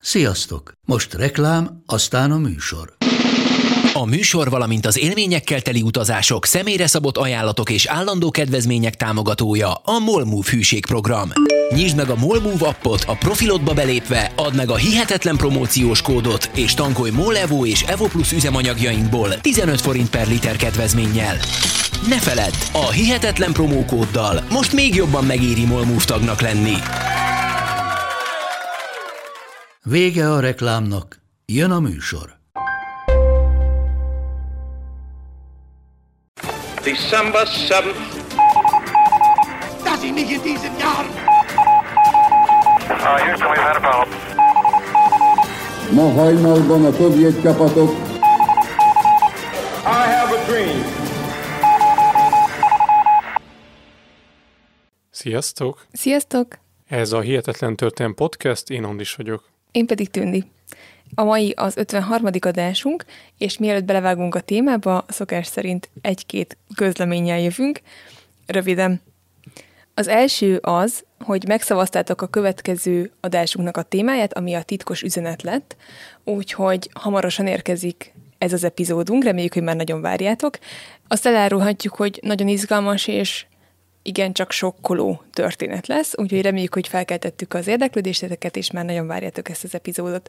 Sziasztok! Most reklám, aztán a műsor. A műsor, valamint az élményekkel teli utazások, személyre szabott ajánlatok és állandó kedvezmények támogatója a MOLMOVE hűségprogram. Nyisd meg a MOLMOVE appot, a profilodba belépve, add meg a hihetetlen promóciós kódot, és tankolj MOL Evo és Evo Plus üzemanyagjainkból 15 forint per liter kedvezménnyel. Ne feledd, a hihetetlen promókóddal most még jobban megéri MOLMOVE tagnak lenni. Vége a reklámnak, jön a műsor. December 7th. Dass Sie mich in diesem Jahr... Houston, we've had a problem. Ma hajnalban a szovjet csapatok... I have a dream. Sziasztok! Sziasztok! Ez a Hihetetlen Történelem Podcast, én Andis vagyok. Én pedig Tündi. A mai az 53. adásunk, és mielőtt belevágunk a témába, szokás szerint egy-két közleménnyel jövünk. Röviden. Az első az, hogy megszavaztátok a következő adásunknak a témáját, ami a titkos üzenet lett, úgyhogy hamarosan érkezik ez az epizódunk, reméljük, hogy már nagyon várjátok. Azt elárulhatjuk, hogy nagyon izgalmas és igencsak sokkoló történet lesz, úgyhogy reméljük, hogy felkeltettük az érdeklődéseteket, és már nagyon várjátok ezt az epizódot.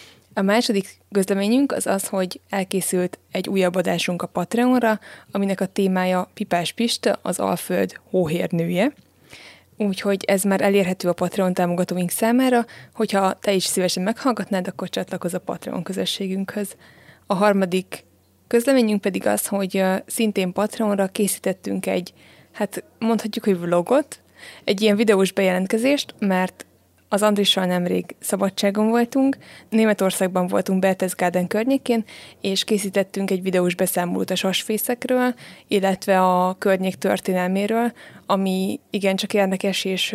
A második közleményünk az az, hogy elkészült egy újabb adásunk a Patreonra, aminek a témája Pipás Pista, az Alföld hóhérnője. Úgyhogy ez már elérhető a Patreon támogatóink számára, hogyha te is szívesen meghallgatnád, akkor csatlakozz a Patreon közösségünkhöz. A harmadik közleményünk pedig az, hogy szintén Patreonra készítettünk egy, mondhatjuk, hogy vlogot, egy ilyen videós bejelentkezést, mert az Andrissal nemrég szabadságon voltunk, Németországban voltunk Berchtesgaden környékén, és készítettünk egy videós beszámolót a sasfészekről, illetve a környék történelméről, ami igencsak érdekes és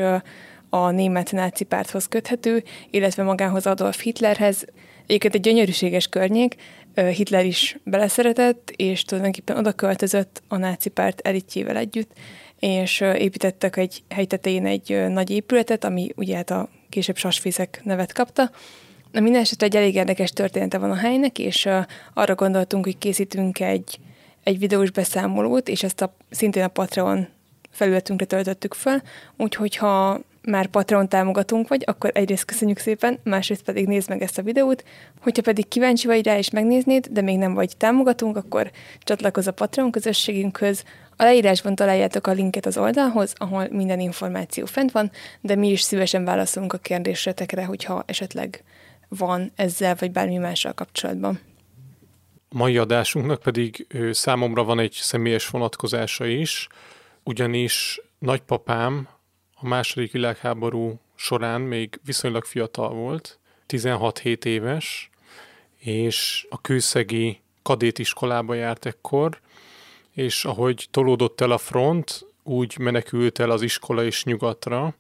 a német náci párthoz köthető, illetve magához Adolf Hitlerhez. Egyébként egy gyönyörűséges környék, Hitler is beleszeretett, és tulajdonképpen oda költözött a náci párt elitjével együtt, és építettek egy hely tetején egy nagy épületet, ami ugye a később sasfészek nevet kapta. Na, minden esetre egy elég érdekes története van a helynek, és arra gondoltunk, hogy készítünk egy videós beszámolót, és ezt szintén a Patreon felületünkre töltöttük fel, úgyhogy ha már Patreon támogatónk vagy, akkor egyrészt köszönjük szépen, másrészt pedig nézd meg ezt a videót. Hogyha pedig kíváncsi vagy rá és megnéznéd, de még nem vagy támogatónk, akkor csatlakozz a Patreon közösségünkhöz. A leírásban találjátok a linket az oldalhoz, ahol minden információ fent van, de mi is szívesen válaszolunk a kérdésetekre, hogyha esetleg van ezzel vagy bármi mással kapcsolatban. A mai adásunknak pedig számomra van egy személyes vonatkozása is, ugyanis nagypapám a II. Világháború során még viszonylag fiatal volt, 16-7 éves, és a kőszegi kadétiskolába járt ekkor, és ahogy tolódott el a front, úgy menekült el az iskola is nyugatra,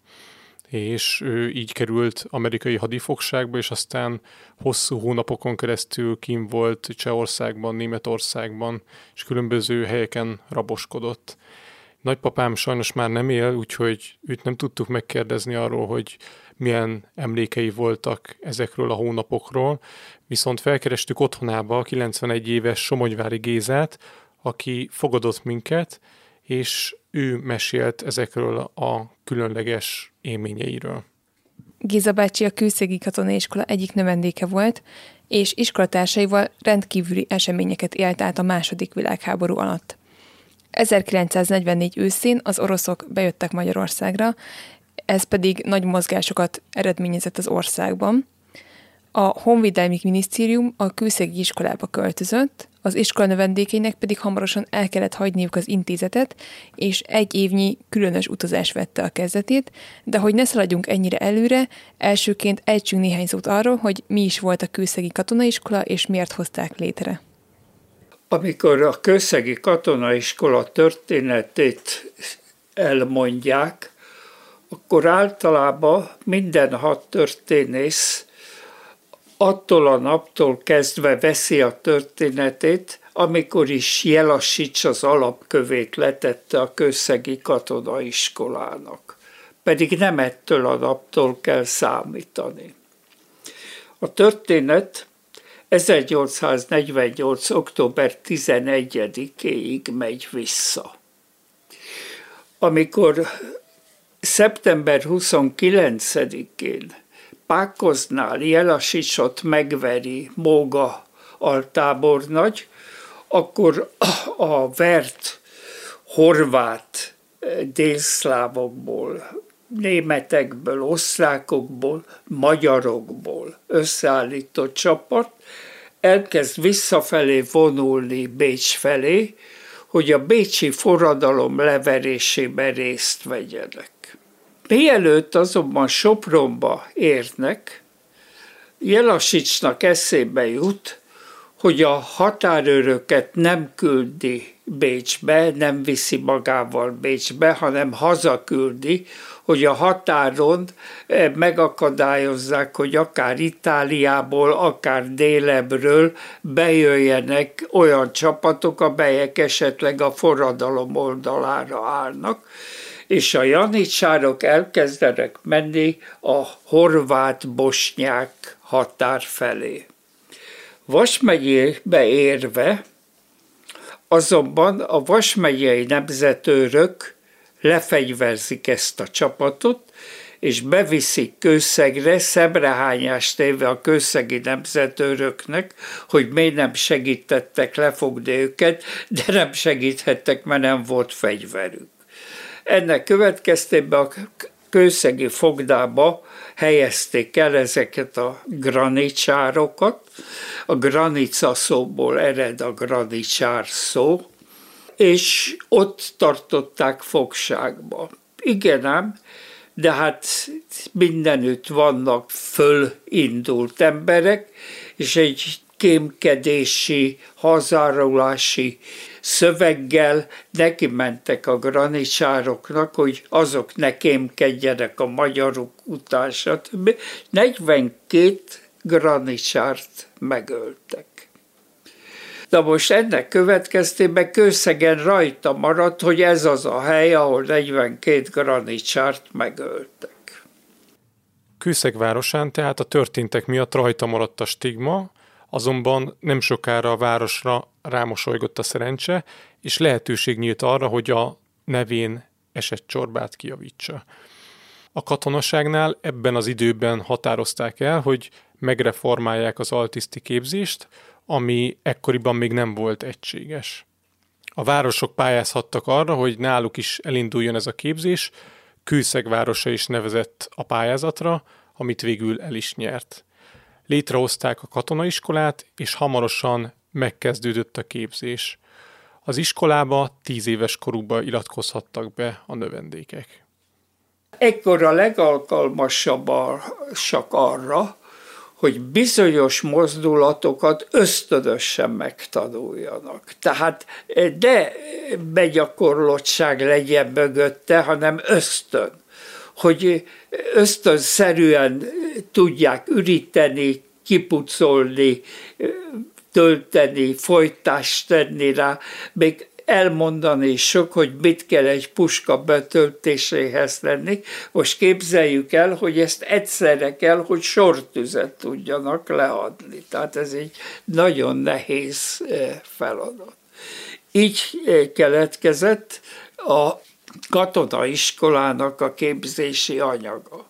és ő így került amerikai hadifogságba, és aztán hosszú hónapokon keresztül kint volt Csehországban, Németországban, és különböző helyeken raboskodott. Nagypapám sajnos már nem él, úgyhogy őt nem tudtuk megkérdezni arról, hogy milyen emlékei voltak ezekről a hónapokról, viszont felkerestük otthonába a 91 éves Somogyvári Gézát, aki fogadott minket, és ő mesélt ezekről a különleges élményeiről. Géza bácsi a kőszegi katonaiskola egyik növendéke volt, és iskolatársaival rendkívüli eseményeket élt át a II. Világháború alatt. 1944 őszén az oroszok bejöttek Magyarországra, ez pedig nagy mozgásokat eredményezett az országban. A Honvédelmi Minisztérium a kőszegi iskolába költözött, az iskola növendékeinek pedig hamarosan el kellett hagyniuk az intézetet, és egy évnyi különös utazás vette a kezdetét, de hogy ne szaladjunk ennyire előre, elsőként ejtsünk néhány szót arról, hogy mi is volt a kőszegi katonaiskola, és miért hozták létre. Amikor a kőszegi katonaiskola történetét elmondják, akkor általában minden hadtörténész attól a naptól kezdve veszi a történetét, amikor is Jellasics az alapkövét letette a kőszegi katonaiskolának. Pedig nem ettől a naptól kell számítani. A történet 1848. október 11-éig megy vissza. Amikor szeptember 29-én Pákoznál Jelasicsot megveri Móga altábornagy, akkor a vert horvát délszlávokból, németekből, osztrákokból, magyarokból összeállított csapat elkezd visszafelé vonulni Bécs felé, hogy a bécsi forradalom leverésében részt vegyenek. Mielőtt azonban Sopronba érnek, Jelasicsnak eszébe jut, hogy a határőröket nem küldi Bécsbe, nem viszi magával Bécsbe, hanem hazaküldi, hogy a határon megakadályozzák, hogy akár Itáliából, akár délebbről bejöjjenek olyan csapatok, amelyek esetleg a forradalom oldalára állnak, és a janicsárok elkezdenek menni a horvát-bosnyák határ felé. Vas megyébe érve, azonban a Vas megyei nemzetőrök lefegyverzik ezt a csapatot, és beviszik Kőszegre, szemrehányást téve a kőszegi nemzetőröknek, hogy miért nem segítettek lefogni őket, de nem segíthettek, mert nem volt fegyverük. Ennek következtében a kőszegi fogdába helyezték el ezeket a granicsárokat. A granica szóból ered a granicsár szó, és ott tartották fogságba. Igen ám, de hát mindenütt vannak fölindult emberek, és egy kémkedési, hazárulási szöveggel neki mentek a granicsároknak, hogy azok ne kémkedjenek a magyarok után, stb. 42 granicsárt megöltek. De most ennek következtében Kőszegen rajta maradt, hogy ez az a hely, ahol 42 granicsárt megöltek. Kőszeg városán tehát a történtek miatt rajta maradt a stigma, azonban nem sokára a városra rámosolygott a szerencse, és lehetőség nyílt arra, hogy a nevén esett csorbát kijavítsa. A katonaságnál ebben az időben határozták el, hogy megreformálják az altiszti képzést, ami ekkoriban még nem volt egységes. A városok pályázhattak arra, hogy náluk is elinduljon ez a képzés, Kőszeg városa is nevezett a pályázatra, amit végül el is nyert. Létrehozták a katonaiskolát, és hamarosan megkezdődött a képzés. Az iskolába 10 éves korukban iratkozhattak be a növendékek. Ekkor a legalkalmasabbak arra, hogy bizonyos mozdulatokat ösztönösen megtanuljanak. Tehát ne begyakorlottság legyen mögötte, hanem ösztön. Hogy ösztönszerűen tudják üríteni, kipucolni, tölteni, folytást tenni rá, még elmondani sok, hogy mit kell egy puska betöltéséhez tenni. Most képzeljük el, hogy ezt egyszerre kell, hogy sortüzet tudjanak leadni. Tehát ez egy nagyon nehéz feladat. Így keletkezett a katonaiskolának a képzési anyaga.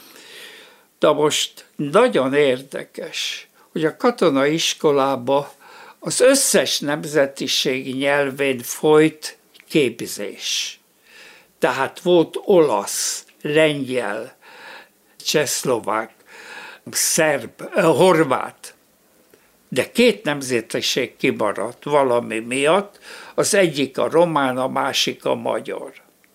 De most nagyon érdekes, hogy a katonaiskolába az összes nemzetiség nyelvén folyt képzés. Tehát volt olasz, lengyel, csehszlovák, szerb, horvát. De 2 nemzetiség kimaradt valami miatt, az egyik a román, a másik a magyar.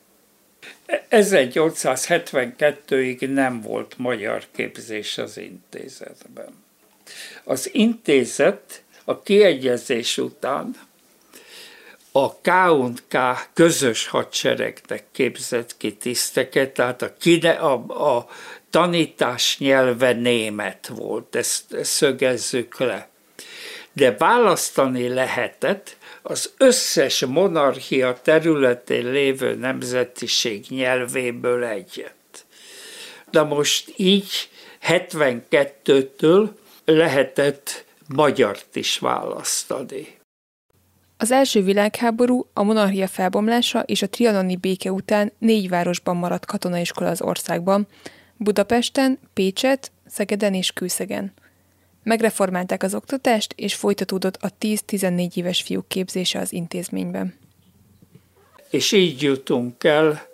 1872-ig nem volt magyar képzés az intézetben. Az intézet a kiegyezés után a K&K közös hadseregnek képzett ki tiszteket, tehát a tanítás nyelve német volt, ezt szögezzük le. De választani lehetett az összes monarchia területén lévő nemzetiség nyelvéből egyet. De most így 72-től lehetett magyart is választani. Az első világháború, a monarchia felbomlása és a trianoni béke után 4 városban maradt katonaiskola az országban, Budapesten, Pécset, Szegeden és Kőszegen. Megreformálták az oktatást, és folytatódott a 10-14 éves fiúk képzése az intézményben. És így jutunk el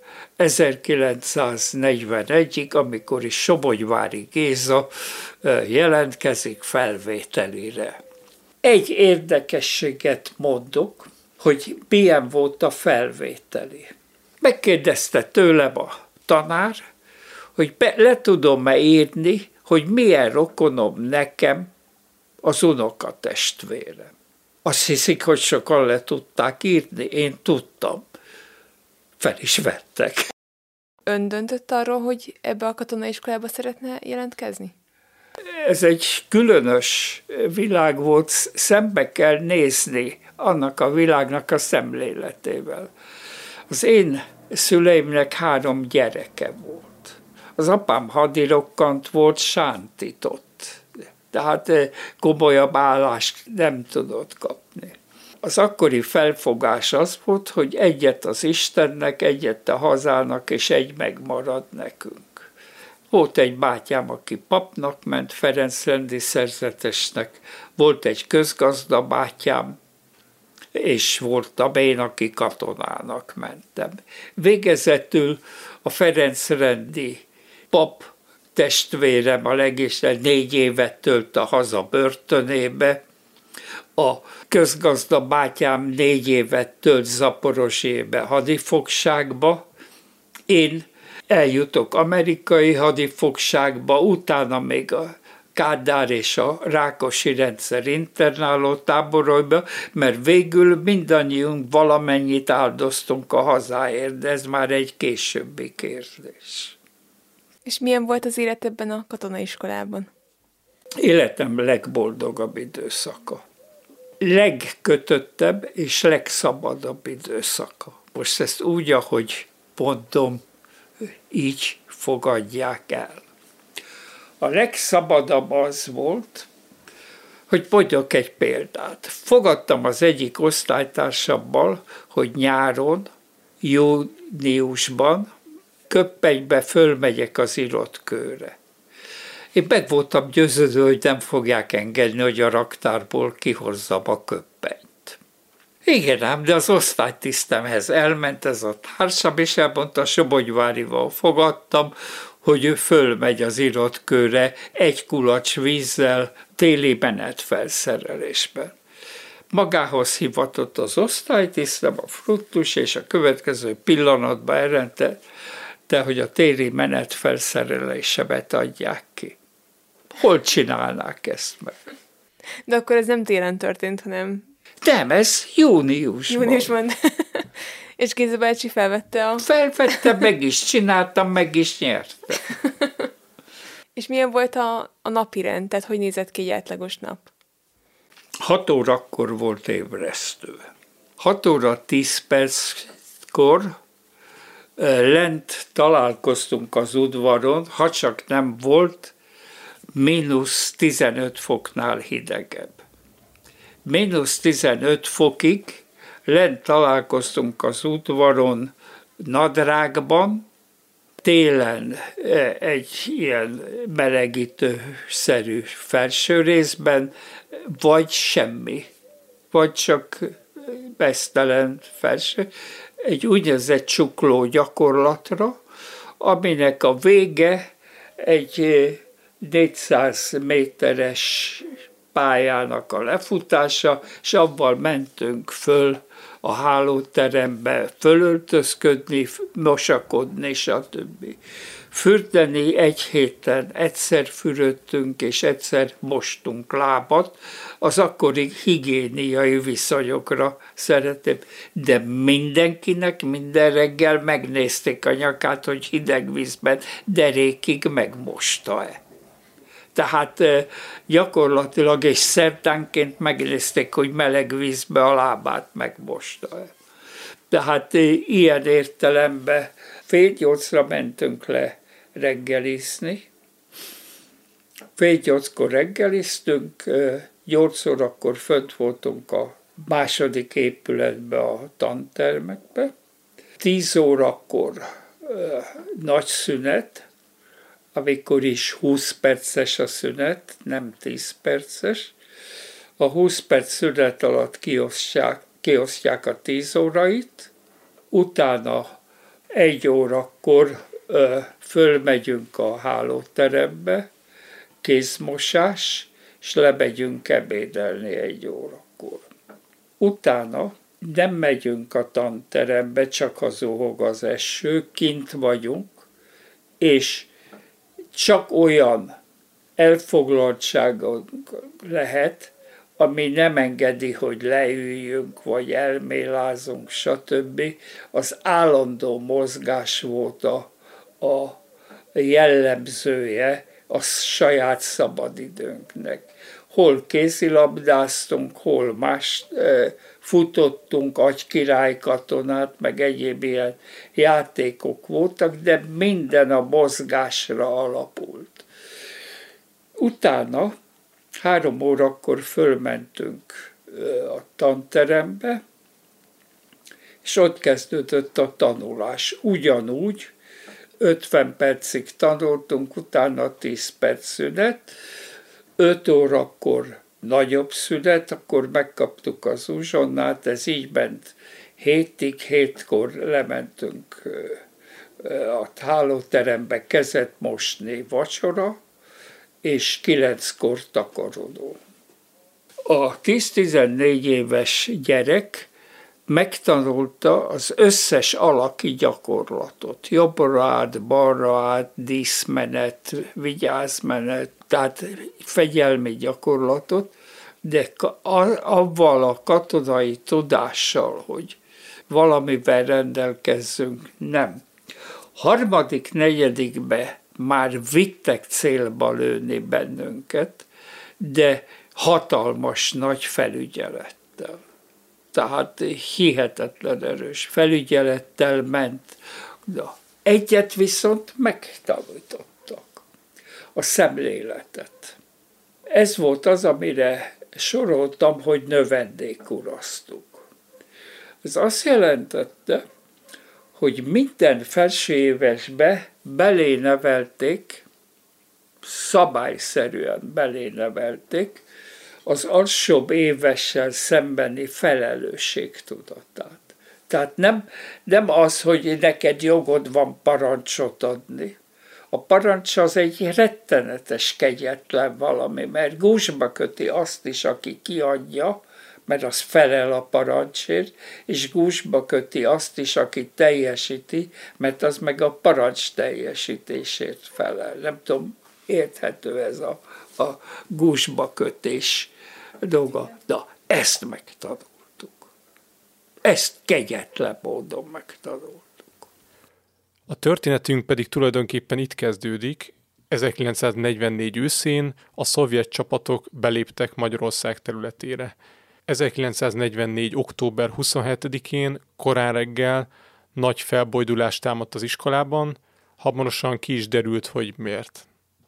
1941-ig, amikor is Somogyvári Géza jelentkezik felvételire. Egy érdekességet mondok, hogy milyen volt a felvételi. Megkérdezte tőlem a tanár, hogy le tudom-e írni, hogy milyen rokonom nekem az unokatestvérem. Azt hiszik, hogy sokan le tudták írni, én tudtam. Fel is vettek. Ön döntött arról, hogy ebbe a katonaiskolába szeretne jelentkezni? Ez egy különös világ volt, szembe kell nézni annak a világnak a szemléletével. Az én szüleimnek 3 gyereke volt. Az apám hadirokkant volt, sántított. Tehát komolyabb állást nem tudott kapni. Az akkori felfogás az volt, hogy egyet az Istennek, egyet a hazának, és egy megmarad nekünk. Volt egy bátyám, aki papnak ment, ferencrendi szerzetesnek, volt egy közgazda bátyám, és voltam én, aki katonának mentem. Végezetül a ferencrendi pap testvérem a legésre 4 évet tölt a haza börtönébe, a közgazda bátyám 4 évet tölt Zaporozsébe hadifogságba, én eljutok amerikai hadifogságba, utána még a Kádár és a Rákosi rendszer internáló táboraiba, mert végül mindannyiunk valamennyit áldoztunk a hazáért, de ez már egy későbbi kérdés. És milyen volt az élet ebben a katonaiskolában? Életem legboldogabb időszaka. Legkötöttebb és legszabadabb időszaka. Most ezt úgy, ahogy mondom, így fogadják el. A legszabadabb az volt, hogy mondjak egy példát. Fogadtam az egyik osztálytársabbal, hogy nyáron, júniusban Köppenybe fölmegyek az Irotkőre. Én meg voltam győződő, hogy nem fogják engedni, hogy a raktárból kihozzam a köppenyt. Igen ám, de az osztálytisztemhez elment ez a társam, és elmondta, Somogyvárival fogadtam, hogy ő fölmegy az Irotkőre 1 kulacs vízzel téli menetfelszerelésben. Magához hivatott az osztálytisztem, a fruttus, és a következő pillanatban elrendte, hogy a téli menetfelszerelésemet adják ki. Hol csinálnák ezt meg? De akkor ez nem télen történt, hanem... Nem, ez júniusban. Júniusban. És Géza bácsi felvette a... Felvette, meg is csináltam, meg is nyertem. És milyen volt a napi rend? Tehát hogy nézett ki egy átlagos nap? 6 órakor volt ébresztő. 6 óra 10 perckor lent találkoztunk az udvaron, ha csak nem volt -15 foknál hidegebb. -15 fokig lent találkoztunk az udvaron nadrágban, télen egy ilyen melegítőszerű felső részben, vagy semmi, vagy csak mesztelen felső, egy úgynevezett csukló gyakorlatra, aminek a vége egy 400 méteres pályának a lefutása, és avval mentünk föl a hálóterembe fölöltözködni, mosakodni, stb. Fürdeni 1 héten egyszer fürödtünk, és egyszer mostunk lábat, az akkori higiéniai viszonyokra szeretem. De mindenkinek minden reggel megnézték a nyakát, hogy hideg vízben derékig megmosta-e. Tehát gyakorlatilag és szerdánként megnézték, hogy meleg vízbe a lábát megmosta-e. Tehát ilyen értelemben 7:30 mentünk le reggelizni, 7:30-kor reggeliztünk, 8 órakor fönt voltunk a második épületbe, a tantermekbe. 10 órakor nagy szünet, amikor is 20 perces a szünet, nem 10 perces. A 20 perc szünet alatt kiosztják a 10 órait, utána 1 órakor fölmegyünk a hálóterembe, kézmosás, és lemegyünk ebédelni 1 órakor. Utána nem megyünk a tanterembe, csak ha zuhog az eső, kint vagyunk, és csak olyan elfoglaltságunk lehet, ami nem engedi, hogy leüljünk, vagy elmélázunk, stb. Az állandó mozgás volt a jellemzője a saját szabadidőnknek. Hol kézilabdáztunk, hol más futottunk, agykirály katonát, meg egyéb ilyen játékok voltak, de minden a mozgásra alapult. Utána 3 órakor fölmentünk a tanterembe, és ott kezdődött a tanulás. Ugyanúgy 50 percig tanultunk, utána 10 perc szünet, 5 órakor nagyobb szünet, akkor megkaptuk az uzsonnát, ez így ment 7-ig, 7-kor lementünk a hálóterembe kezet mosni, vacsora, és 9-kor takarodó. A 10-14 éves gyerek megtanulta az összes alaki gyakorlatot. Jobbra át, balra át, díszmenet, vigyázmenet, tehát fegyelmi gyakorlatot, de avval a katonai tudással, hogy valamivel rendelkezzünk, nem. 3., 4. már vittek célba lőni bennünket, de hatalmas nagy felügyelettel. Tehát hihetetlen erős felügyelettel ment. De egyet viszont megtanítottak, a szemléletet. Ez volt az, amire soroltam, hogy növendékurasztuk. Ez azt jelentette, hogy minden felsőévesbe belénevelték, szabályszerűen belénevelték az alsóbb évessel szembeni felelősségtudatát. Tehát nem az, hogy neked jogod van parancsot adni. A parancs az egy rettenetes, kegyetlen valami, mert gúzsba köti azt is, aki kiadja, mert az felel a parancsért, és gúzsba köti azt is, aki teljesíti, mert az meg a parancs teljesítésért felel. Nem tudom, érthető ez a gúzsba kötés dolga. De ezt megtanultuk. Ezt kegyetlen módon megtanultuk. A történetünk pedig tulajdonképpen itt kezdődik. 1944 őszén a szovjet csapatok beléptek Magyarország területére. 1944. október 27-én korán reggel nagy felbojdulás támadt az iskolában, hamarosan ki is derült, hogy miért.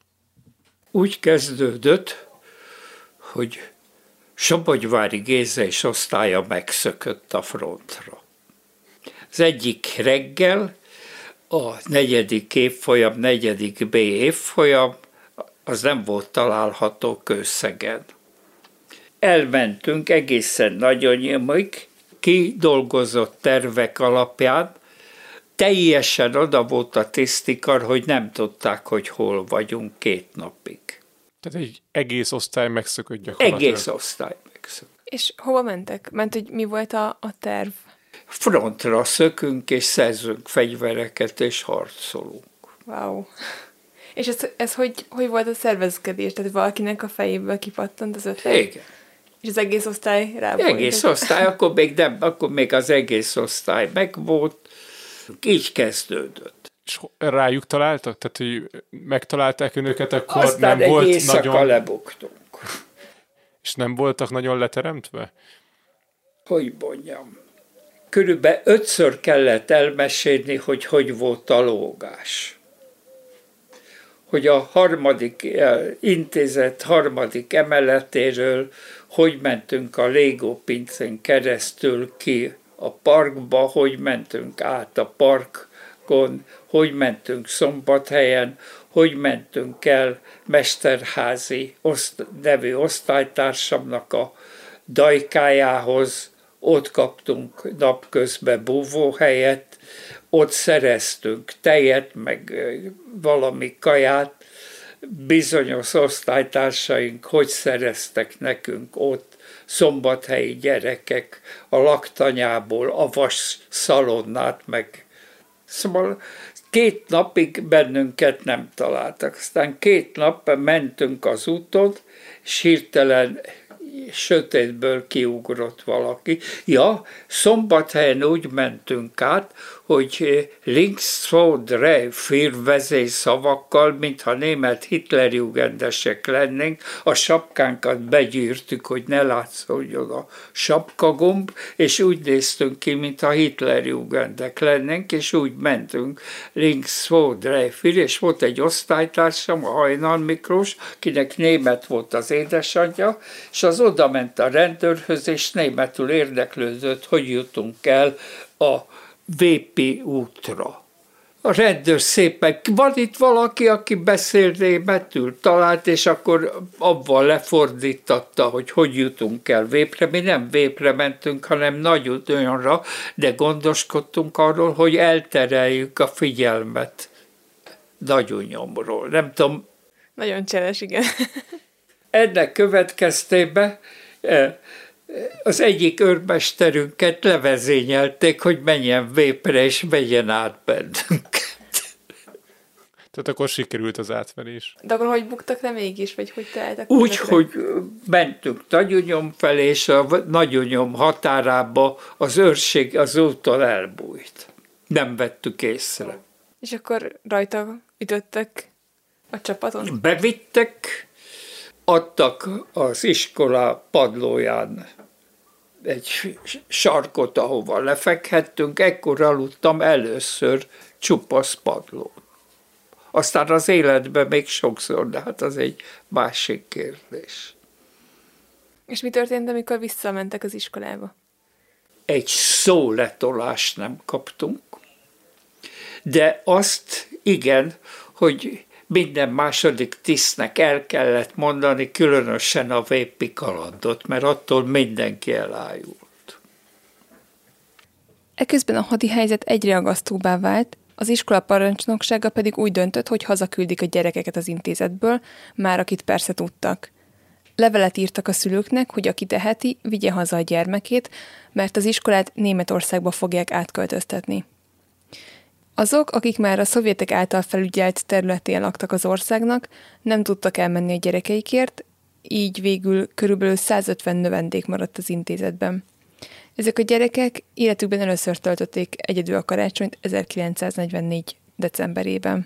Úgy kezdődött, hogy Somogyvári Géza és osztálya megszökött a frontra. Az egyik reggel a 4. évfolyam, 4. B évfolyam, az nem volt található Kőszegen. Elmentünk egészen Nagyonyomig, kidolgozott tervek alapján, teljesen oda volt a tisztikar, hogy nem tudták, hogy hol vagyunk 2 napig. Tehát egy egész osztály megszökött gyakorlatilag. Egész osztály megszökött. És hova mentek? Hogy mi volt a terv? Frontra szökünk, és szerzünk fegyvereket, és harcolunk. Wow. És ez hogy volt a szervezkedés? Tehát valakinek a fejéből kipattant az ötlet? Igen. És az egész osztály rá volt? Egész osztály, akkor még az egész osztály megvolt. Így kezdődött. És rájuk találtak? Tehát, hogy megtalálták önöket, akkor aztán nem volt éjszaka nagyon... lebuktunk. És nem voltak nagyon leteremtve? Hogy mondjam. Körülbelül 5-ször kellett elmesélni, hogy volt a lógás. hogy a intézet harmadik emeletéről hogy mentünk a Lego pincén keresztül ki a parkba, hogy mentünk át a parkon, hogy mentünk Szombathelyen, hogy mentünk el Mesterházi nevű osztálytársamnak a dajkájához, ott kaptunk napközben búvóhelyet, ott szereztünk tejet, meg valami kaját, bizonyos osztálytársaink hogy szereztek nekünk ott szombathelyi gyerekek a laktanyából a vas szalonnát, meg szóval 2 napig bennünket nem találtak. Aztán 2 nap mentünk az úton, és hirtelen sötétből kiugrott valaki. Ja, Szombathelyen úgy mentünk át, hogy links vor drei vier vezérszavakkal, mintha német hitlerjugendesek lennénk, a sapkánkat begyűrtük, hogy ne látszódjon a sapkagomb, és úgy néztünk ki, mintha hitlerjugendek lennénk, és úgy mentünk links vor drei vier, és volt egy osztálytársam, a Hajnal Miklós, akinek német volt az édesanyja, és az oda ment a rendőrhöz, és németül érdeklődött, hogy jutunk el a Vépi útra. A rendőr szépen, van itt valaki, aki beszél németül, talált, és akkor abban lefordítatta, hogy jutunk el Vépre. Mi nem Vépre mentünk, hanem Nagyudonra, de gondoskodtunk arról, hogy eltereljük a figyelmet Nagyunyomról. Nem tudom. Nagyon cseles, igen. Ennek következtében az egyik őrmesterünket levezényelték, hogy menjen Vépre, és vegyen át bennünket. Tehát akkor sikerült az átverés. De akkor hogy buktak le mégis, vagy hogy találtak? Úgy, hogy mentünk Nagyunyom felé, és a Nagyunyom határába az őrség az úton elbújt. Nem vettük észre. És akkor rajta ütöttek a csapaton? Bevittek, adtak az iskola padlóján egy sarkot, ahova lefekhettünk, ekkor aludtam először csupasz padlón. Aztán az életben még sokszor, de hát az egy másik kérdés. És mi történt, amikor visszamentek az iskolába? Egy szóletolást nem kaptunk, de azt igen, hogy minden második tisztnek el kellett mondani, különösen a Vépi kalandot, mert attól mindenki elájult. Eközben a hadi helyzet egyre aggasztóbbá vált, az iskola parancsnoksága pedig úgy döntött, hogy hazaküldik a gyerekeket az intézetből, már akit persze tudtak. Levelet írtak a szülőknek, hogy aki teheti, vigye haza a gyermekét, mert az iskolát Németországba fogják átköltöztetni. Azok, akik már a szovjetek által felügyelt területén laktak az országnak, nem tudtak elmenni a gyerekeikért, így végül körülbelül 150 növendék maradt az intézetben. Ezek a gyerekek életükben először töltötték egyedül a karácsonyt 1944. decemberében.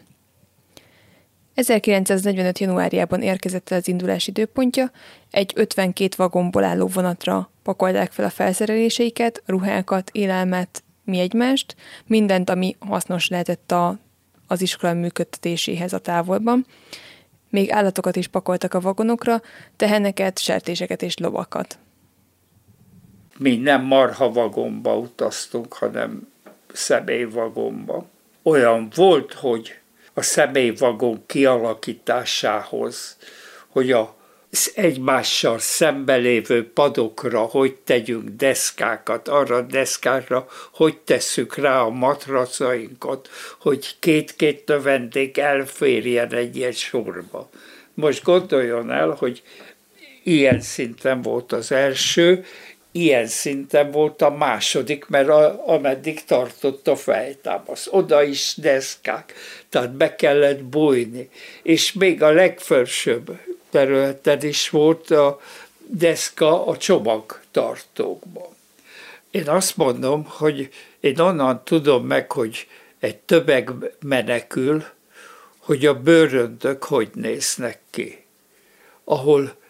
1945. januárjában érkezett el az indulás időpontja, egy 52 vagonból álló vonatra pakolták fel a felszereléseiket, ruhákat, élelmet, mi egymást, mindent, ami hasznos lehetett az iskola működtetéséhez a távolban. Még állatokat is pakoltak a vagonokra, teheneket, sertéseket és lovakat. Mi nem marha vagonba utaztunk, hanem személyvagonba. Olyan volt, hogy a személyvagon kialakításához, hogy az egymással szembelévő padokra hogy tegyünk deszkákat, arra deszkára hogy tesszük rá a matracainkat, hogy két-két növendék elférjen egy ilyen sorba. Most gondoljon el, hogy ilyen szinten volt az első, ilyen szinten volt a második, mert ameddig tartott a fejtámasz. Oda is deszkák, tehát be kellett bújni. És még a legfelsőbb területen is volt a deszka a csomagtartókban. Én azt mondom, hogy én onnan tudom meg, hogy egy tömeg menekül, hogy a bőröndök hogy néznek ki. Ahol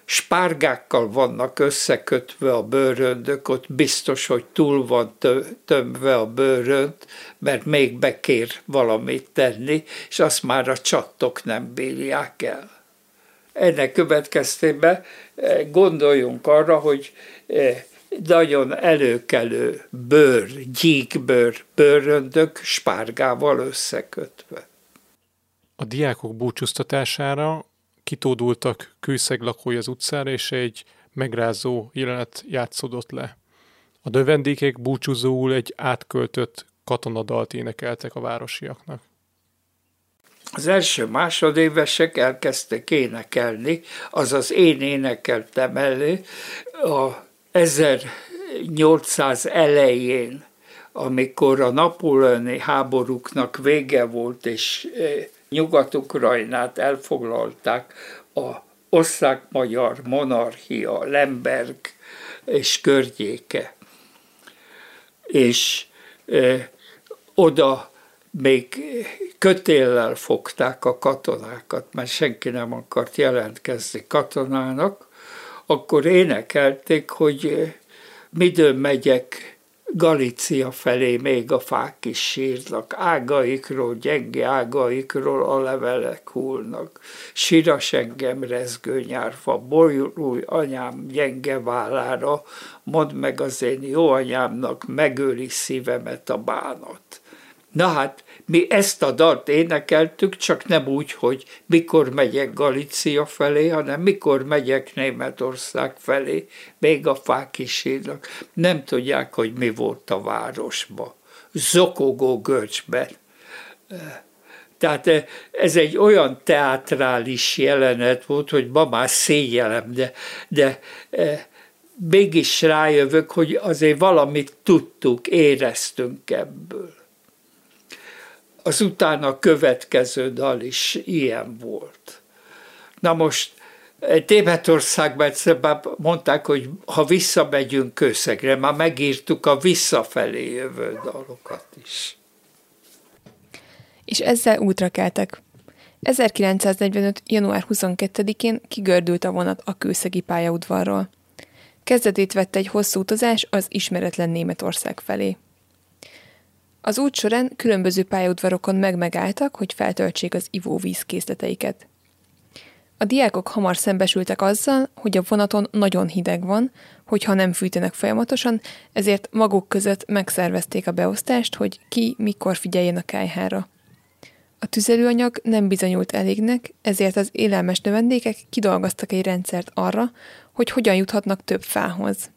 spárgákkal vannak összekötve a bőröndök, ott biztos, hogy túl van tömve a bőrönd, mert még bekér valamit tenni, és azt már a csattok nem bírják el. Ennek következtében gondoljunk arra, hogy nagyon előkelő gyíkbőr bőröndök spárgával összekötve. A diákok búcsúztatására kitódultak kőszeg lakói az utcára, és egy megrázó jelenet játszódott le. A növendékek búcsúzóul egy átköltött katonadalt énekeltek a városiaknak. Az első másodévesek elkezdtek énekelni, azaz én énekeltem elő a 1800 elején, amikor a napóleoni háborúknak vége volt, és Nyugat-Ukrajnát elfoglalták a osztrák-magyar monarchia, Lemberg és környéke. És oda még kötéllel fogták a katonákat, mert senki nem akart jelentkezni katonának, akkor énekelték, hogy midőn megyek Galícia felé, még a fák is sírnak, ágaikról, gyenge ágaikról a levelek hullnak. Siras engem rezgő nyárfa, borulj anyám gyenge vállára, mondd meg az én jó anyámnak, megöli szívemet a bánat. Na hát, mi ezt a dalt énekeltük, csak nem úgy, hogy mikor megyek Galícia felé, hanem mikor megyek Németország felé, még a fák is sírnak. Nem tudják, hogy mi volt a városban, zokogó görcsben. Tehát ez egy olyan teátrális jelenet volt, hogy ma már szégyellem, de mégis rájövök, hogy azért valamit tudtuk, éreztünk ebből. Az utána következő dal is ilyen volt. Na most Németországban mondták, hogy ha visszamegyünk Kőszegre, már megírtuk a visszafelé jövő dalokat is. És ezzel útra keltek. 1945. január 22-én kigördült a vonat a kőszegi pályaudvarról. Kezdetét vette egy hosszú utazás az ismeretlen Németország felé. Az út során különböző pályaudvarokon megálltak, hogy feltöltsék az ivóvíz készleteiket. A diákok hamar szembesültek azzal, hogy a vonaton nagyon hideg van, hogyha nem fűtenek folyamatosan, ezért maguk között megszervezték a beosztást, hogy ki mikor figyeljen a kályhára. A tüzelőanyag nem bizonyult elégnek, ezért az élelmes növendékek kidolgoztak egy rendszert arra, hogy hogyan juthatnak több fához.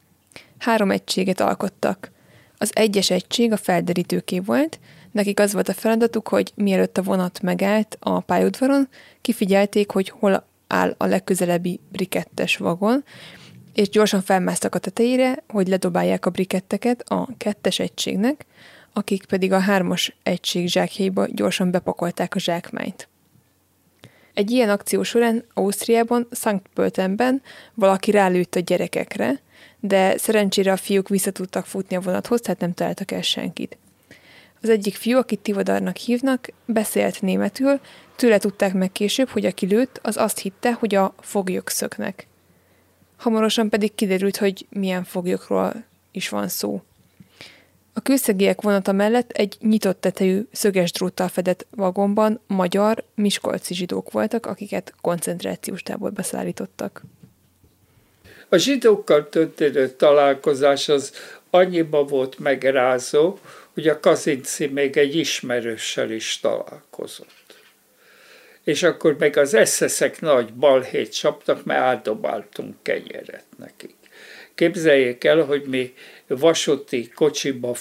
3 egységet alkottak. Az 1-es egység a felderítőké volt, nekik az volt a feladatuk, hogy mielőtt a vonat megállt a pályaudvaron, kifigyelték, hogy hol áll a legközelebbi brikettes vagon, és gyorsan felmásztak a tetejére, hogy ledobálják a briketteket a 2-es egységnek, akik pedig a 3-as egység zsákjaiba gyorsan bepakolták a zsákmányt. Egy ilyen akció során Ausztriában, Sankt Pöltenben valaki rálőtt a gyerekekre, de szerencsére a fiúk vissza tudtak futni a vonathoz, tehát nem találtak el senkit. Az egyik fiú, akit Tivodarnak hívnak, beszélt németül, tőle tudták meg később, hogy aki lőtt, az azt hitte, hogy a foglyok szöknek. Hamarosan pedig kiderült, hogy milyen foglyokról is van szó. A kőszegiek vonata mellett egy nyitott tetejű, szöges dróttal fedett vagonban magyar, miskolci zsidók voltak, akiket koncentrációs táborba szállítottak. A zsidókkal történő találkozás az annyiba volt megrázó, hogy a Kazinczy még egy ismerőssel is találkozott. És akkor meg az SS-ek nagy balhét csaptak, mert áldobáltunk kenyeret nekik. Képzeljék el, hogy mi vasúti kocsiba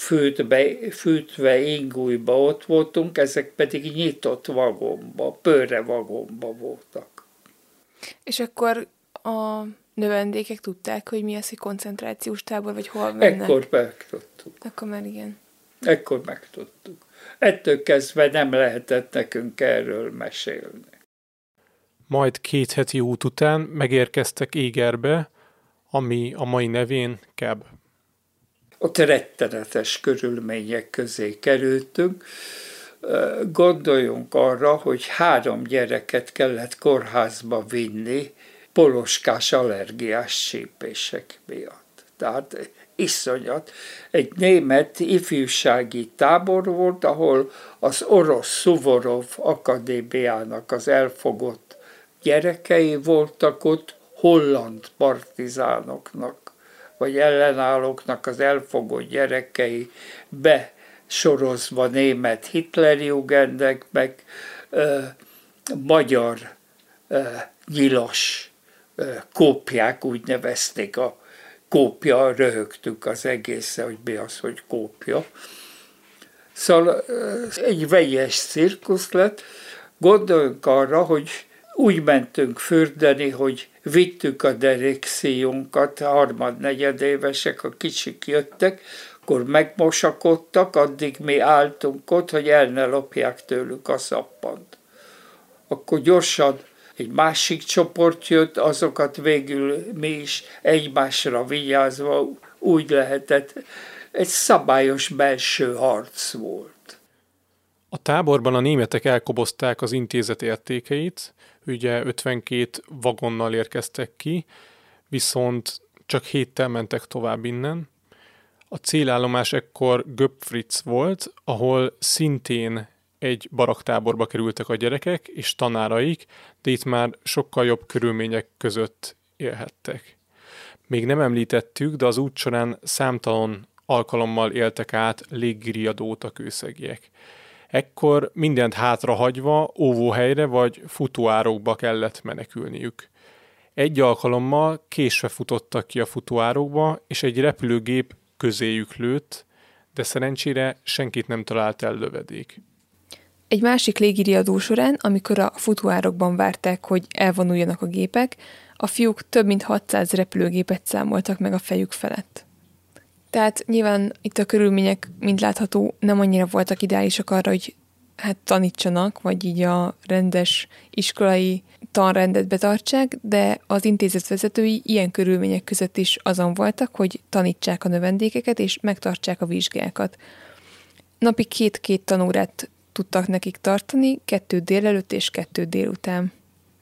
fűtve ingújba ott voltunk, ezek pedig nyitott vagomba, pőre vagomba voltak. És akkor a növendékek tudták, hogy mi az, hogy koncentrációs tábor, vagy hol mennek? Ekkor megtudtuk. Akkor már igen. Ekkor megtudtuk. Ettől kezdve nem lehetett nekünk erről mesélni. Majd 2 heti út után megérkeztek Égerbe, ami a mai nevén Keb. Ott rettenetes körülmények közé kerültünk. Gondoljunk arra, hogy 3 gyereket kellett kórházba vinni, poloskás allergiás csípések miatt. Tehát iszonyat. Egy német ifjúsági tábor volt, ahol az orosz Szuvorov akadémiának az elfogott gyerekei voltak ott, holland partizánoknak, vagy ellenállóknak az elfogott gyerekei besorozva német Hitlerjugendek, meg magyar nyilas kópják, úgy nevezték a kópja, röhögtük az egészen, hogy mi az, hogy kópja. Szóval egy vegyes cirkusz lett. Gondoljunk arra, hogy úgy mentünk fürdeni, hogy vittük a derékszíjunkat, harmad-negyedévesek, a kicsik jöttek, akkor megmosakodtak, addig mi álltunk ott, hogy el ne lopják tőlük a szappant. Akkor gyorsan egy másik csoport jött, azokat végül mi is egymásra vigyázva úgy lehetett. Egy szabályos belső harc volt. A táborban a németek elkobozták az intézet értékeit, ugye 52 vagonnal érkeztek ki, viszont csak 7-tel mentek tovább innen. A célállomás ekkor Göpfritz volt, ahol szintén egy baraktáborba kerültek a gyerekek és tanáraik, de itt már sokkal jobb körülmények között élhettek. Még nem említettük, de az út során számtalan alkalommal éltek át léggiriadót a kőszegiek. Ekkor mindent hátrahagyva óvóhelyre vagy futóárokba kellett menekülniük. Egy alkalommal késve futottak ki a futóárokba, és egy repülőgép közéjük lőtt, de szerencsére senkit nem talált el lövedék. Egy másik légiriadó során, amikor a futóárokban várták, hogy elvonuljanak a gépek, a fiúk több mint 600 repülőgépet számoltak meg a fejük felett. Tehát nyilván itt a körülmények, mint látható, nem annyira voltak ideálisak arra, hogy tanítsanak, vagy így a rendes iskolai tanrendet betartsák, de az intézet vezetői ilyen körülmények között is azon voltak, hogy tanítsák a növendékeket, és megtartsák a vizsgákat. Napi 2 tanórát tudtak nekik tartani, 2 délelőtt és 2 délután.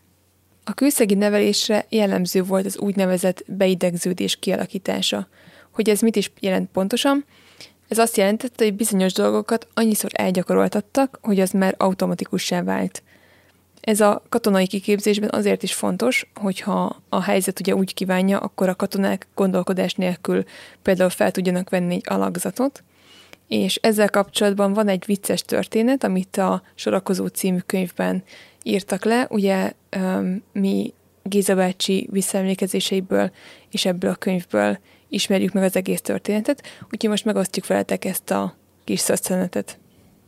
A kőszegi nevelésre jellemző volt az úgynevezett beidegződés kialakítása. Hogy ez mit is jelent pontosan? Ez azt jelentette, hogy bizonyos dolgokat annyiszor elgyakoroltattak, hogy az már automatikussá vált. Ez a katonai kiképzésben azért is fontos, hogyha a helyzet ugye úgy kívánja, akkor a katonák gondolkodás nélkül például fel tudjanak venni egy alakzatot, és ezzel kapcsolatban van egy vicces történet, amit a Sorakozó című könyvben írtak le. Ugye mi Géza bácsi visszaemlékezéseiből és ebből a könyvből ismerjük meg az egész történetet, úgyhogy most megosztjuk veletek ezt a kis szösszenetet.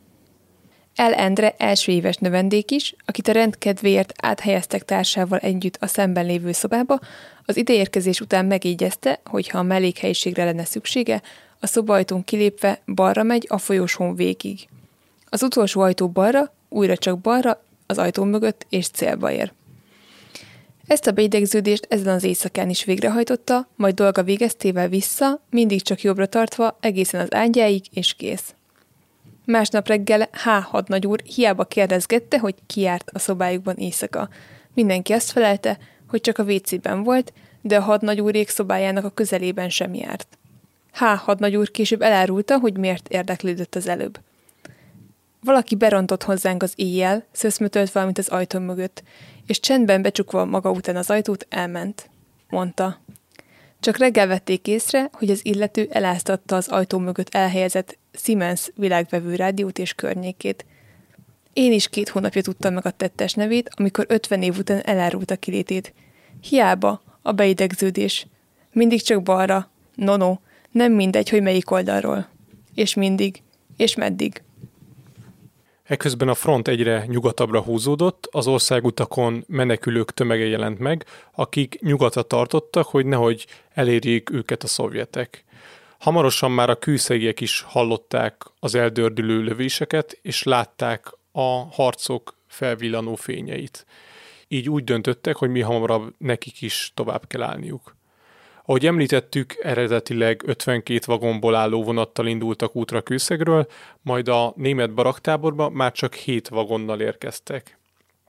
El Endre első éves növendék is, akit a rend kedvéért áthelyeztek társával együtt a szemben lévő szobába, az ideérkezés után megjegyezte, hogy ha a mellékhelyiségre lenne szüksége, a szobaajtón kilépve balra megy a folyosón végig. Az utolsó ajtó balra, újra csak balra, az ajtó mögött és célba ér. Ezt a beidegződést ezen az éjszakán is végrehajtotta, majd dolga végeztével vissza, mindig csak jobbra tartva, egészen az ágyáig, és kész. Másnap reggel H. hadnagyúr hiába kérdezgette, hogy ki járt a szobájukban éjszaka. Mindenki azt felelte, hogy csak a WC-ben volt, de a hadnagyúrék szobájának a közelében sem járt. H. hadnagyúr később elárulta, hogy miért érdeklődött az előbb. Valaki berontott hozzánk az éjjel, szöszmötölt valamit az ajtó mögött, és csendben becsukva maga után az ajtót elment, mondta. Csak reggel vették észre, hogy az illető eláztatta az ajtó mögött elhelyezett Siemens világvevő rádiót és környékét. Én is 2 hónapja tudtam meg a tettes nevét, amikor 50 év után elárulta kilétét. Hiába a beidegződés. Mindig csak balra. No, nem mindegy, hogy melyik oldalról. És mindig. És meddig. Eközben a front egyre nyugatabbra húzódott, az országutakon menekülők tömege jelent meg, akik nyugatra tartottak, hogy nehogy elérjék őket a szovjetek. Hamarosan már a kőszegiek is hallották az eldördülő lövéseket, és látták a harcok felvillanó fényeit. Így úgy döntöttek, hogy mi hamarabb nekik is tovább kell állniuk. Ahogy említettük, eredetileg 52 vagonból álló vonattal indultak útra Kőszegről, majd a német baraktáborba már csak 7 vagonnal érkeztek.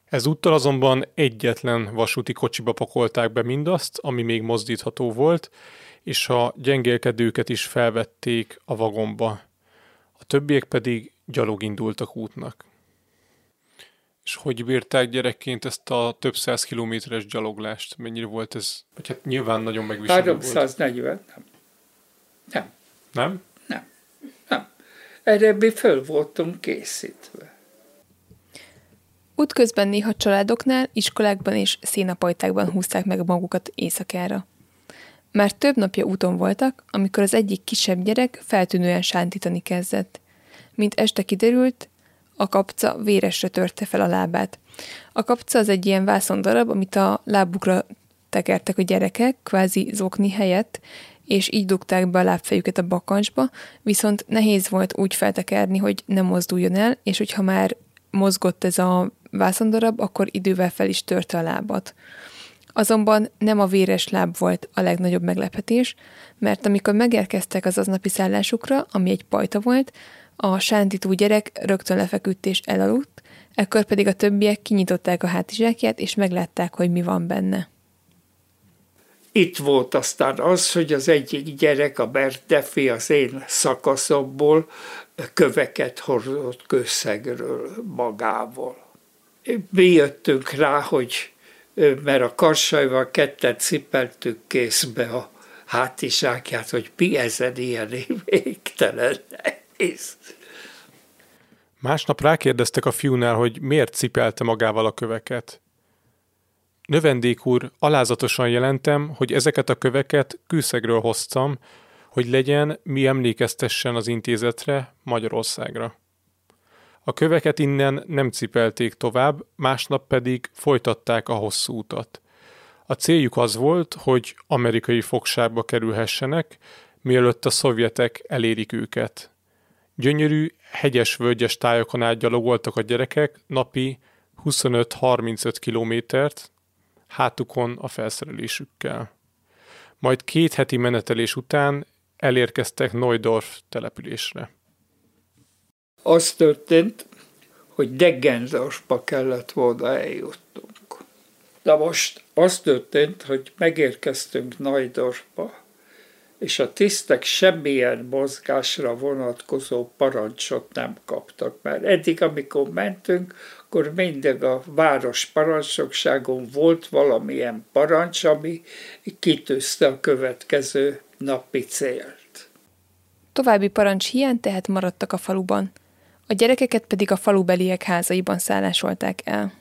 Ezúttal azonban egyetlen vasúti kocsiba pakolták be mindazt, ami még mozdítható volt, és a gyengélkedőket is felvették a vagonba. A többiek pedig gyalog indultak útnak. És hogy bírták gyerekként ezt a több 100 kilométeres gyaloglást? Mennyire volt ez? Vagy hát nyilván nagyon megviselő 340, volt. nem. Nem? Nem. Erre mi föl voltunk készítve. Útközben néha családoknál, iskolákban és szénapajtákban húzták meg magukat éjszakára. Már több napja úton voltak, amikor az egyik kisebb gyerek feltűnően sántítani kezdett. Mint este kiderült, a kapca véresre törte fel a lábát. A kapca az egy ilyen vászondarab, amit a lábukra tekertek a gyerekek, kvázi zokni helyett, és így dugták be a lábfejüket a bakancsba, viszont nehéz volt úgy feltekerni, hogy ne mozduljon el, és hogyha már mozgott ez a vászondarab, akkor idővel fel is törte a lábat. Azonban nem a véres láb volt a legnagyobb meglepetés, mert amikor megérkeztek az aznapi szállásukra, ami egy pajta volt, a sántító gyerek rögtön lefeküdt és elaludt, ekkor pedig a többiek kinyitották a hátizsákját, és meglátták, hogy mi van benne. Itt volt aztán az, hogy az egyik gyerek, a Bertefi, az én szakaszomból köveket hozott kőszegről magával. Mi jöttünk rá, hogy mert a Karsajval ketten cipeltük kézbe a hátizsákját, hogy mi ezen ilyen végtelen nehéz. Másnap rákérdeztek a fiúnál, hogy miért cipelte magával a köveket. Növendék úr, alázatosan jelentem, hogy ezeket a köveket kőszegről hoztam, hogy legyen, mi emlékeztessen az intézetre, Magyarországra. A köveket innen nem cipelték tovább, másnap pedig folytatták a hosszú utat. A céljuk az volt, hogy amerikai fogságba kerülhessenek, mielőtt a szovjetek elérik őket. Gyönyörű, hegyes-völgyes tájokon át gyalogoltak a gyerekek napi 25-35 kilométert, hátukon a felszerelésükkel. Majd 2 heti menetelés után elérkeztek Neudorf településre. Az történt, hogy Deggendorfba kellett volna eljutnunk. De most az történt, hogy megérkeztünk Neudorfba, és a tisztek semmilyen mozgásra vonatkozó parancsot nem kaptak. Mert eddig, amikor mentünk, akkor mindig a város parancsnokságon volt valamilyen parancs, ami kitűzte a következő napi célt. További parancs hiány tehát maradtak a faluban. A gyerekeket pedig a falubeliek házaiban szállásolták el.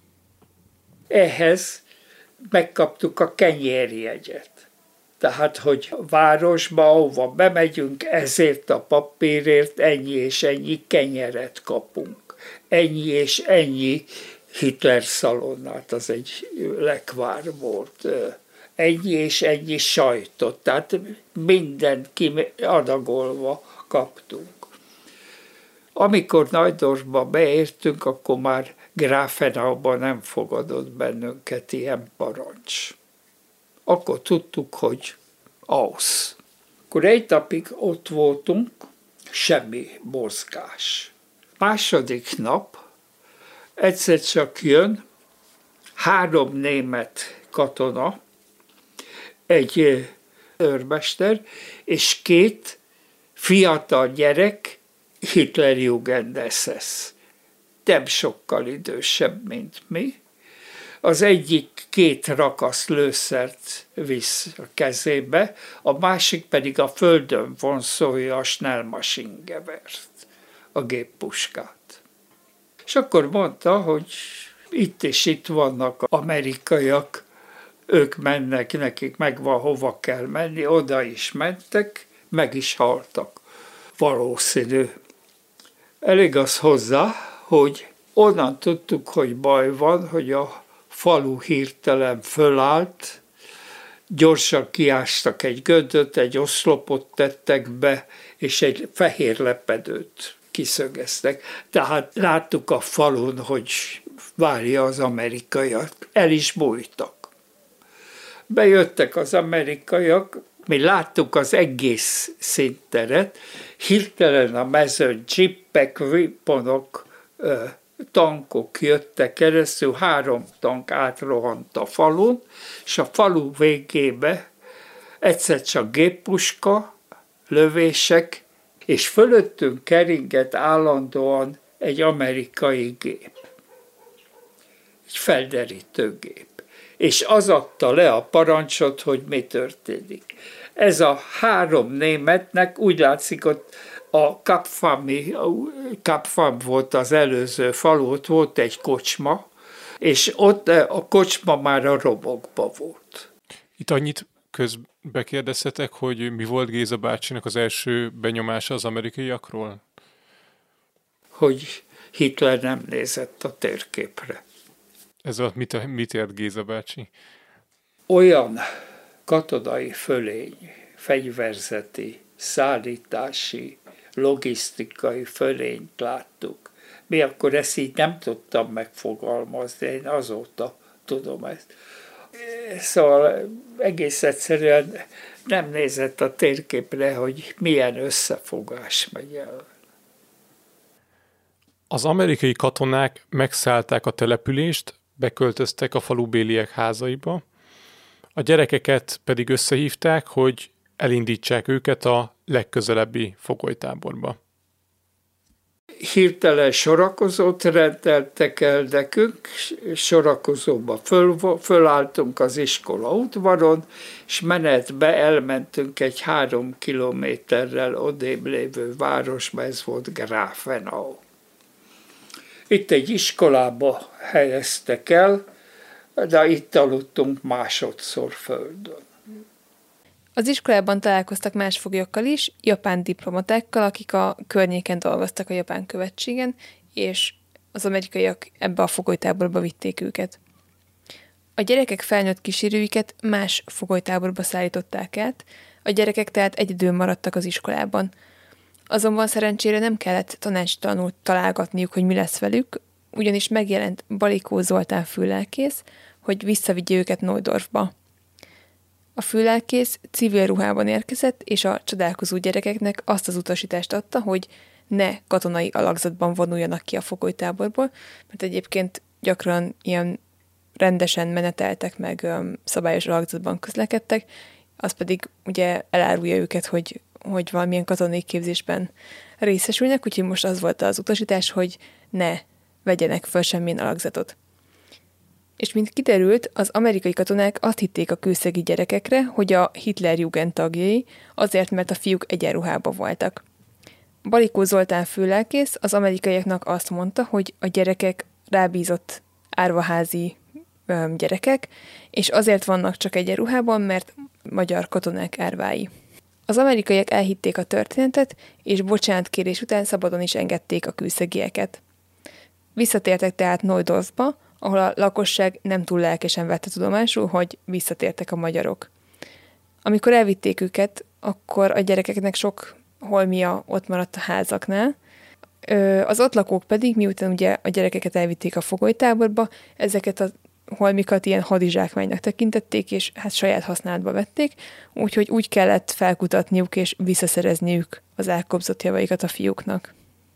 Ehhez megkaptuk a kenyérjegyet. Tehát, hogy a városba, ahova bemegyünk, ezért a papírért ennyi és ennyi kenyeret kapunk. Ennyi és ennyi Hitler szalonnát, az egy lekvár volt. Ennyi és ennyi sajtot, tehát mindent adagolva kaptunk. Amikor Neudorfba beértünk, akkor már Grafenauban nem fogadott bennünket ilyen parancs. Akkor tudtuk, hogy aus. Akkor egy napig ott voltunk, semmi mozgás. Második nap egyszer csak jön 3 német katona, egy őrmester, és 2 fiatal gyerek, Hitlerjugend SS. Nem sokkal idősebb, mint mi. Az egyik 2 rakasz lőszert visz a kezébe, a másik pedig a földön vonszolja a Schnellmaschinengewehrt, a géppuskát. És akkor mondta, hogy itt és itt vannak amerikaiak, ők mennek, nekik megvan hova kell menni, oda is mentek, meg is haltak. Valószínű. Elég az hozzá, hogy onnan tudtuk, hogy baj van, hogy a falu hirtelen fölállt, gyorsan kiástak egy gödöt, egy oszlopot tettek be, és egy fehér lepedőt kiszögeztek. Tehát láttuk a falun, hogy várja az amerikaiak. El is bújtak. Bejöttek az amerikaiak, mi láttuk az egész színteret, hirtelen a mezőn csippek, viponok tankok jöttek keresztül, 3 tank átrohant a falun, és a falu végébe egyszer csak géppuska, lövések, és fölöttünk keringett állandóan egy amerikai gép. Egy felderítő gép. És az adta le a parancsot, hogy mi történik. Ez a 3 németnek úgy látszik, ott a Kapfam volt az előző falu, ott volt egy kocsma, és ott a kocsma már a romokba volt. Itt annyit közbe kérdezhetek, hogy mi volt Géza bácsinak az első benyomása az amerikaiakról? Hogy Hitler nem nézett a térképre. Ez alatt mit ért Géza bácsi? Olyan katonai fölény, fegyverzeti, szállítási, logisztikai fölényt láttuk. Mi akkor ezt így nem tudtam megfogalmazni, én azóta tudom ezt. Szóval egész egyszerűen nem nézett a térképre, hogy milyen összefogás megy el. Az amerikai katonák megszállták a települést, beköltöztek a falubéliek házaiba, a gyerekeket pedig összehívták, hogy elindítsák őket a legközelebbi fogolytáborba. Hirtelen sorakozót rendeltek el nekünk, sorakozóba fölálltunk az iskola udvaron, és menetbe elmentünk egy 3 kilométerrel odébb lévő városba, ez volt Grafenau. Itt egy iskolába helyeztek el, de itt aludtunk másodszor földön. Az iskolában találkoztak más foglyokkal is, japán diplomatákkal, akik a környéken dolgoztak a japán követségen, és az amerikaiak ebbe a fogolytáborba vitték őket. A gyerekek felnőtt kísérőiket más fogolytáborba szállították át, a gyerekek tehát egyedül maradtak az iskolában. Azonban szerencsére nem kellett tanácstalanul találgatniuk, hogy mi lesz velük, ugyanis megjelent Balikó Zoltán főlelkész, hogy visszavigye őket Neudorfba. A főlelkész civil ruhában érkezett, és a csodálkozó gyerekeknek azt az utasítást adta, hogy ne katonai alakzatban vonuljanak ki a fogolytáborból, mert egyébként gyakran ilyen rendesen meneteltek, meg szabályos alakzatban közlekedtek, az pedig ugye elárulja őket, hogy valamilyen katonai képzésben részesülnek, úgyhogy most az volt az utasítás, hogy ne vegyenek föl semmilyen alakzatot. És mint kiderült, az amerikai katonák azt hitték a kőszegi gyerekekre, hogy a Hitlerjugend tagjai, azért, mert a fiúk egyenruhában voltak. Balikó Zoltán főlelkész az amerikaiaknak azt mondta, hogy a gyerekek rábízott árvaházi gyerekek, és azért vannak csak egyenruhában, mert magyar katonák árvái. Az amerikaiak elhitték a történetet, és bocsánatkérés után szabadon is engedték a kőszegieket. Visszatértek tehát Neudorfba, ahol a lakosság nem túl lelkesen vette tudomásul, hogy visszatértek a magyarok. Amikor elvitték őket, akkor a gyerekeknek sok holmia ott maradt a házaknál. Az ott lakók pedig, miután ugye a gyerekeket elvitték a fogolytáborba, ezeket a holmikat ilyen hadizsákmánynak tekintették, és hát saját használatba vették, úgyhogy úgy kellett felkutatniuk és visszaszerezniük az elkobzott javaikat a fiúknak.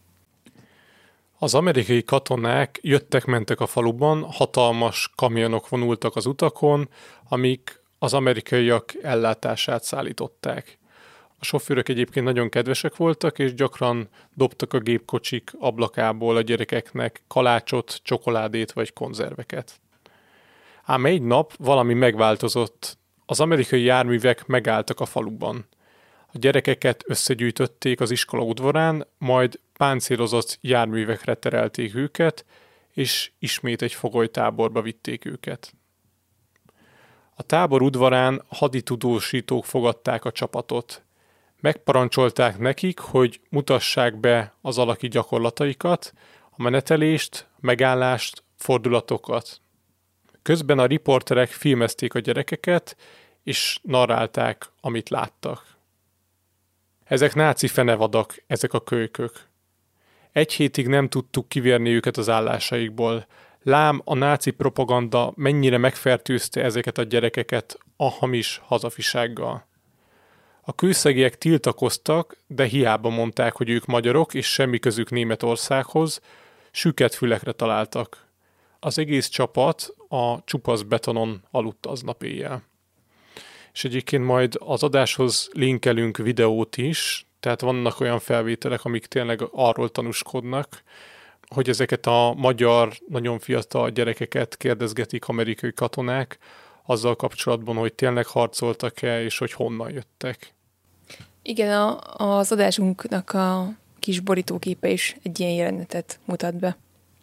Az amerikai katonák jöttek-mentek a faluban, hatalmas kamionok vonultak az utakon, amik az amerikaiak ellátását szállították. A sofőrök egyébként nagyon kedvesek voltak, és gyakran dobtak a gépkocsik ablakából a gyerekeknek kalácsot, csokoládét vagy konzerveket. Ám egy nap valami megváltozott. Az amerikai járművek megálltak a faluban. A gyerekeket összegyűjtötték az iskola udvarán, majd páncélozott járművekre terelték őket, és ismét egy fogolytáborba vitték őket. A tábor udvarán haditudósítók fogadták a csapatot. Megparancsolták nekik, hogy mutassák be az alaki gyakorlataikat, a menetelést, megállást, fordulatokat. Közben a riporterek filmezték a gyerekeket, és narrálták, amit láttak. Ezek náci fenevadak, ezek a kölykök. 1 hétig nem tudtuk kivérni őket az állásaikból. Lám a náci propaganda mennyire megfertőzte ezeket a gyerekeket a hamis hazafisággal. A kőszegiek tiltakoztak, de hiába mondták, hogy ők magyarok, és semmi közük Németországhoz, süket fülekre találtak. Az egész csapat a csupasz betonon aludt aznap éjjel. És egyébként majd az adáshoz linkelünk videót is, tehát vannak olyan felvételek, amik tényleg arról tanúskodnak, hogy ezeket a magyar, nagyon fiatal gyerekeket kérdezgetik amerikai katonák azzal kapcsolatban, hogy tényleg harcoltak-e, és hogy honnan jöttek. Igen, az adásunknak a kis borítóképe is egy ilyen jelenetet mutat be.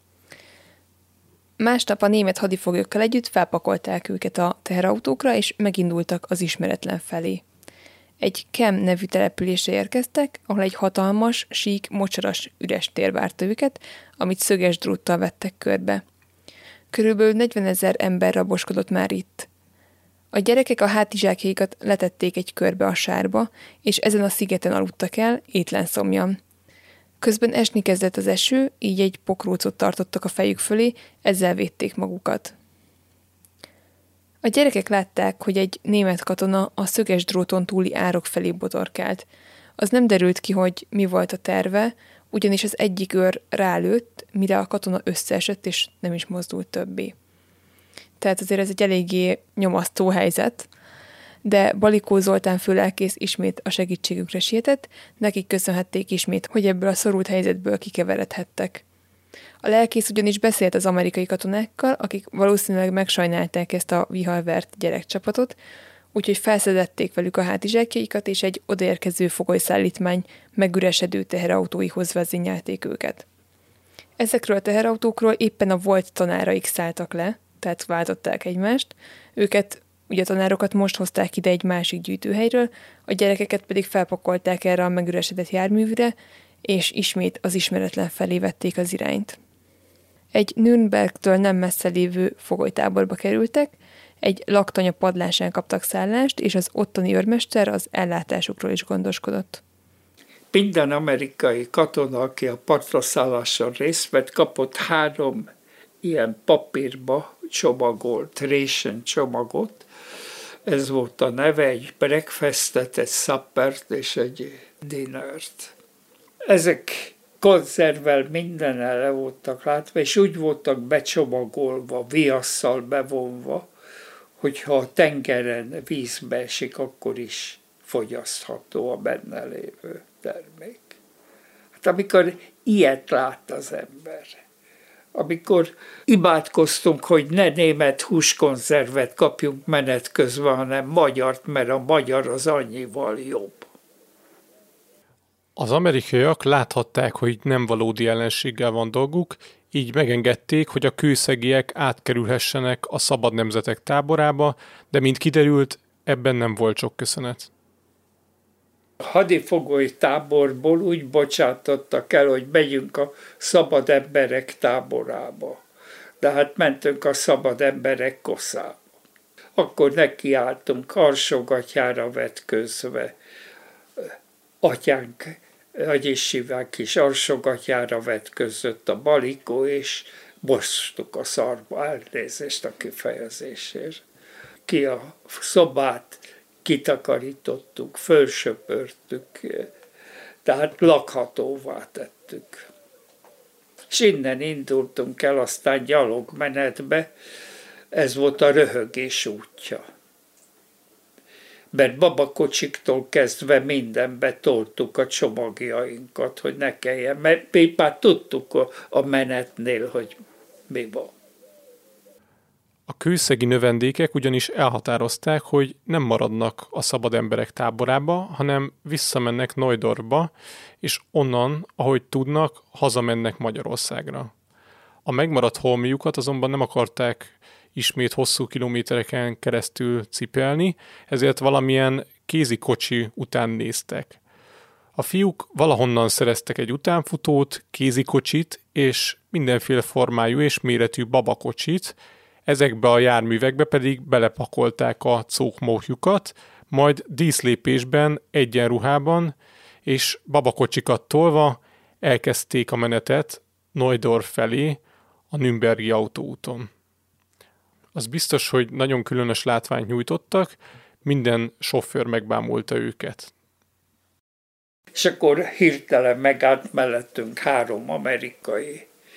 Másnap a német hadifoglyokkal együtt felpakolták őket a teherautókra, és megindultak az ismeretlen felé. Egy Kem nevű településre érkeztek, ahol egy hatalmas, sík, mocsaras, üres tér várta őket, amit szöges dróttal vettek körbe. Körülbelül 40 000 ember raboskodott már itt. A gyerekek a hátizsákjaikat letették egy körbe a sárba, és ezen a szigeten aludtak el, étlen szomjan. Közben esni kezdett az eső, így egy pokrócot tartottak a fejük fölé, ezzel védték magukat. A gyerekek látták, hogy egy német katona a szöges dróton túli árok felé botorkált. Az nem derült ki, hogy mi volt a terve, ugyanis az egyik őr rálőtt, mire a katona összeesett, és nem is mozdult többé. Tehát azért ez egy eléggé nyomasztó helyzet, de Balikó Zoltán főlelkész ismét a segítségükre sietett, nekik köszönhették ismét, hogy ebből a szorult helyzetből kikeveredhettek. A lelkész ugyanis beszélt az amerikai katonákkal, akik valószínűleg megsajnálták ezt a viharvert gyerekcsapatot, úgyhogy felszedették velük a hátizsákjaikat, és egy odaérkező fogolyszállítmány megüresedő teherautóihoz vezényelték őket. Ezekről a teherautókról éppen a volt tanáraik szálltak le, tehát váltották egymást, őket, ugye a tanárokat most hozták ide egy másik gyűjtőhelyről, a gyerekeket pedig felpakolták erre a megüresedett járművre, és ismét az ismeretlen felé vették az irányt. Egy Nürnbergtől nem messze lévő fogolytáborba kerültek, egy laktanya padlásán kaptak szállást, és az ottani őrmester az ellátásukról is gondoskodott. Minden amerikai katona, aki a partraszálláson részt vett, kapott 3 ilyen papírba csomagolt, ration csomagot. Ez volt a neve, egy breakfastet, egy suppert és egy dinnert. Ezek konzervvel mindennel le voltak látva, és úgy voltak becsomagolva, viasszal bevonva, hogyha a tengeren vízbe esik, akkor is fogyasztható a benne lévő termék. Hát amikor ilyet lát az ember, amikor imádkoztunk, hogy ne német húskonzervet kapjunk menet közben, hanem magyart, mert a magyar az annyival jobb. Az amerikaiak láthatták, hogy nem valódi ellenséggel van dolguk, így megengedték, hogy a kőszegiek átkerülhessenek a szabad nemzetek táborába, de mint kiderült, ebben nem volt sok köszönet. A hadifogoly táborból úgy bocsátottak el, hogy megyünk a szabad emberek táborába. De hát mentünk a szabad emberek koszába. Akkor nekiálltunk harsogatyára vetközve. Atyánk, agyisivák is arsogatyára vetközött a Balikó, és mostuk a szarba, elnézést a kifejezésért. Ki a szobát kitakarítottuk, fölsöpörtük, tehát lakhatóvá tettük. És innen indultunk el, aztán gyalogmenetbe, ez volt a röhögés útja. Mert babakocsiktól kezdve mindenbe toltuk a csomagjainkat, hogy ne kelljen, mert mi már tudtuk a menetnél, hogy mi van. A kőszegi növendékek ugyanis elhatározták, hogy nem maradnak a szabad emberek táborába, hanem visszamennek Neudorfba, és onnan, ahogy tudnak, hazamennek Magyarországra. A megmaradt holmiukat azonban nem akarták ismét hosszú kilométereken keresztül cipelni, ezért valamilyen kézikocsi után néztek. A fiúk valahonnan szereztek egy utánfutót, kézikocsit és mindenféle formájú és méretű babakocsit, ezekbe a járművekbe pedig belepakolták a cókmóhjukat, majd díszlépésben, egyenruhában és babakocsikat tolva elkezdték a menetet Neudorf felé a Nürnbergi autóúton. Az biztos, hogy nagyon különös látványt nyújtottak, minden sofőr megbámulta őket. És akkor hirtelen megállt mellettünk 3 amerikai,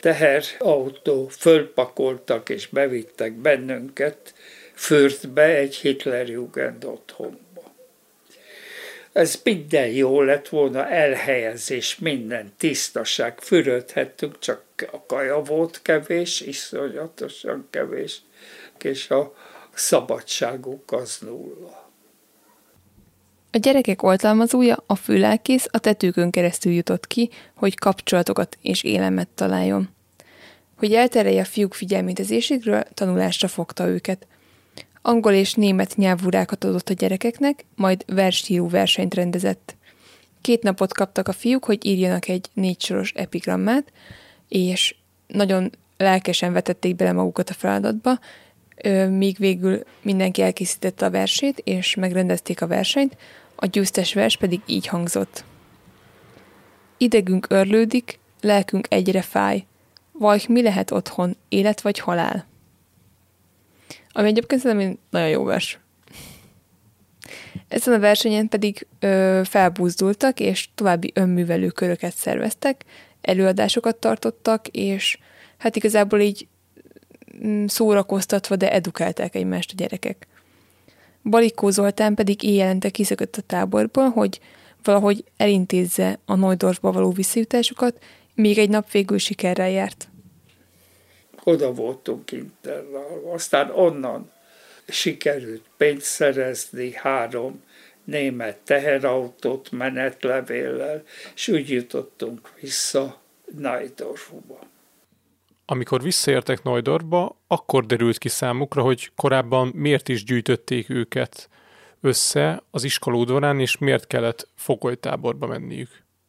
teherautó, fölpakoltak és bevittek bennünket Fürthbe egy Hitlerjugend otthonba. Ez minden jó lett volna, elhelyezés, minden tisztaság, fürödhettünk, csak a kaja volt kevés, iszonyatosan kevés, és a szabadságuk az nulla. A gyerekek oltalmazója, a főlelkész a tetőkön keresztül jutott ki, hogy kapcsolatokat és élelmet találjon. Hogy elterelje a fiúk figyelmét az éhségről, tanulásra fogta őket. Angol és német nyelvórákat adott a gyerekeknek, majd versíró versenyt rendezett. 2 napot kaptak a fiúk, hogy írjanak egy 4 soros epigrammát, és nagyon lelkesen vetették bele magukat a feladatba, míg végül mindenki elkészítette a versét, és megrendezték a versenyt, a győztes vers pedig így hangzott. Idegünk örlődik, lelkünk egyre fáj. Vajh, mi lehet otthon, élet vagy halál? Ami egyébként szerintem nagyon jó vers. Ezen a versenyen pedig felbúzdultak, és további önművelő köröket szerveztek, előadásokat tartottak, és hát igazából így szórakoztatva, de edukálták egymást a gyerekek. Balikó Zoltán pedig éjjelente kiszökött a táborból, hogy valahogy elintézze a Neudorfba való visszajutásukat, még egy nap végül sikerrel járt. Oda voltunk internálva, aztán onnan sikerült pénzt szerezni 3 német teherautót menetlevéllel, és úgy jutottunk vissza Neudorfba. Amikor visszaértek Neudorfba, akkor derült ki számukra, hogy korábban miért is gyűjtötték őket össze az iskola udvarán, és miért kellett fogolytáborba menniük.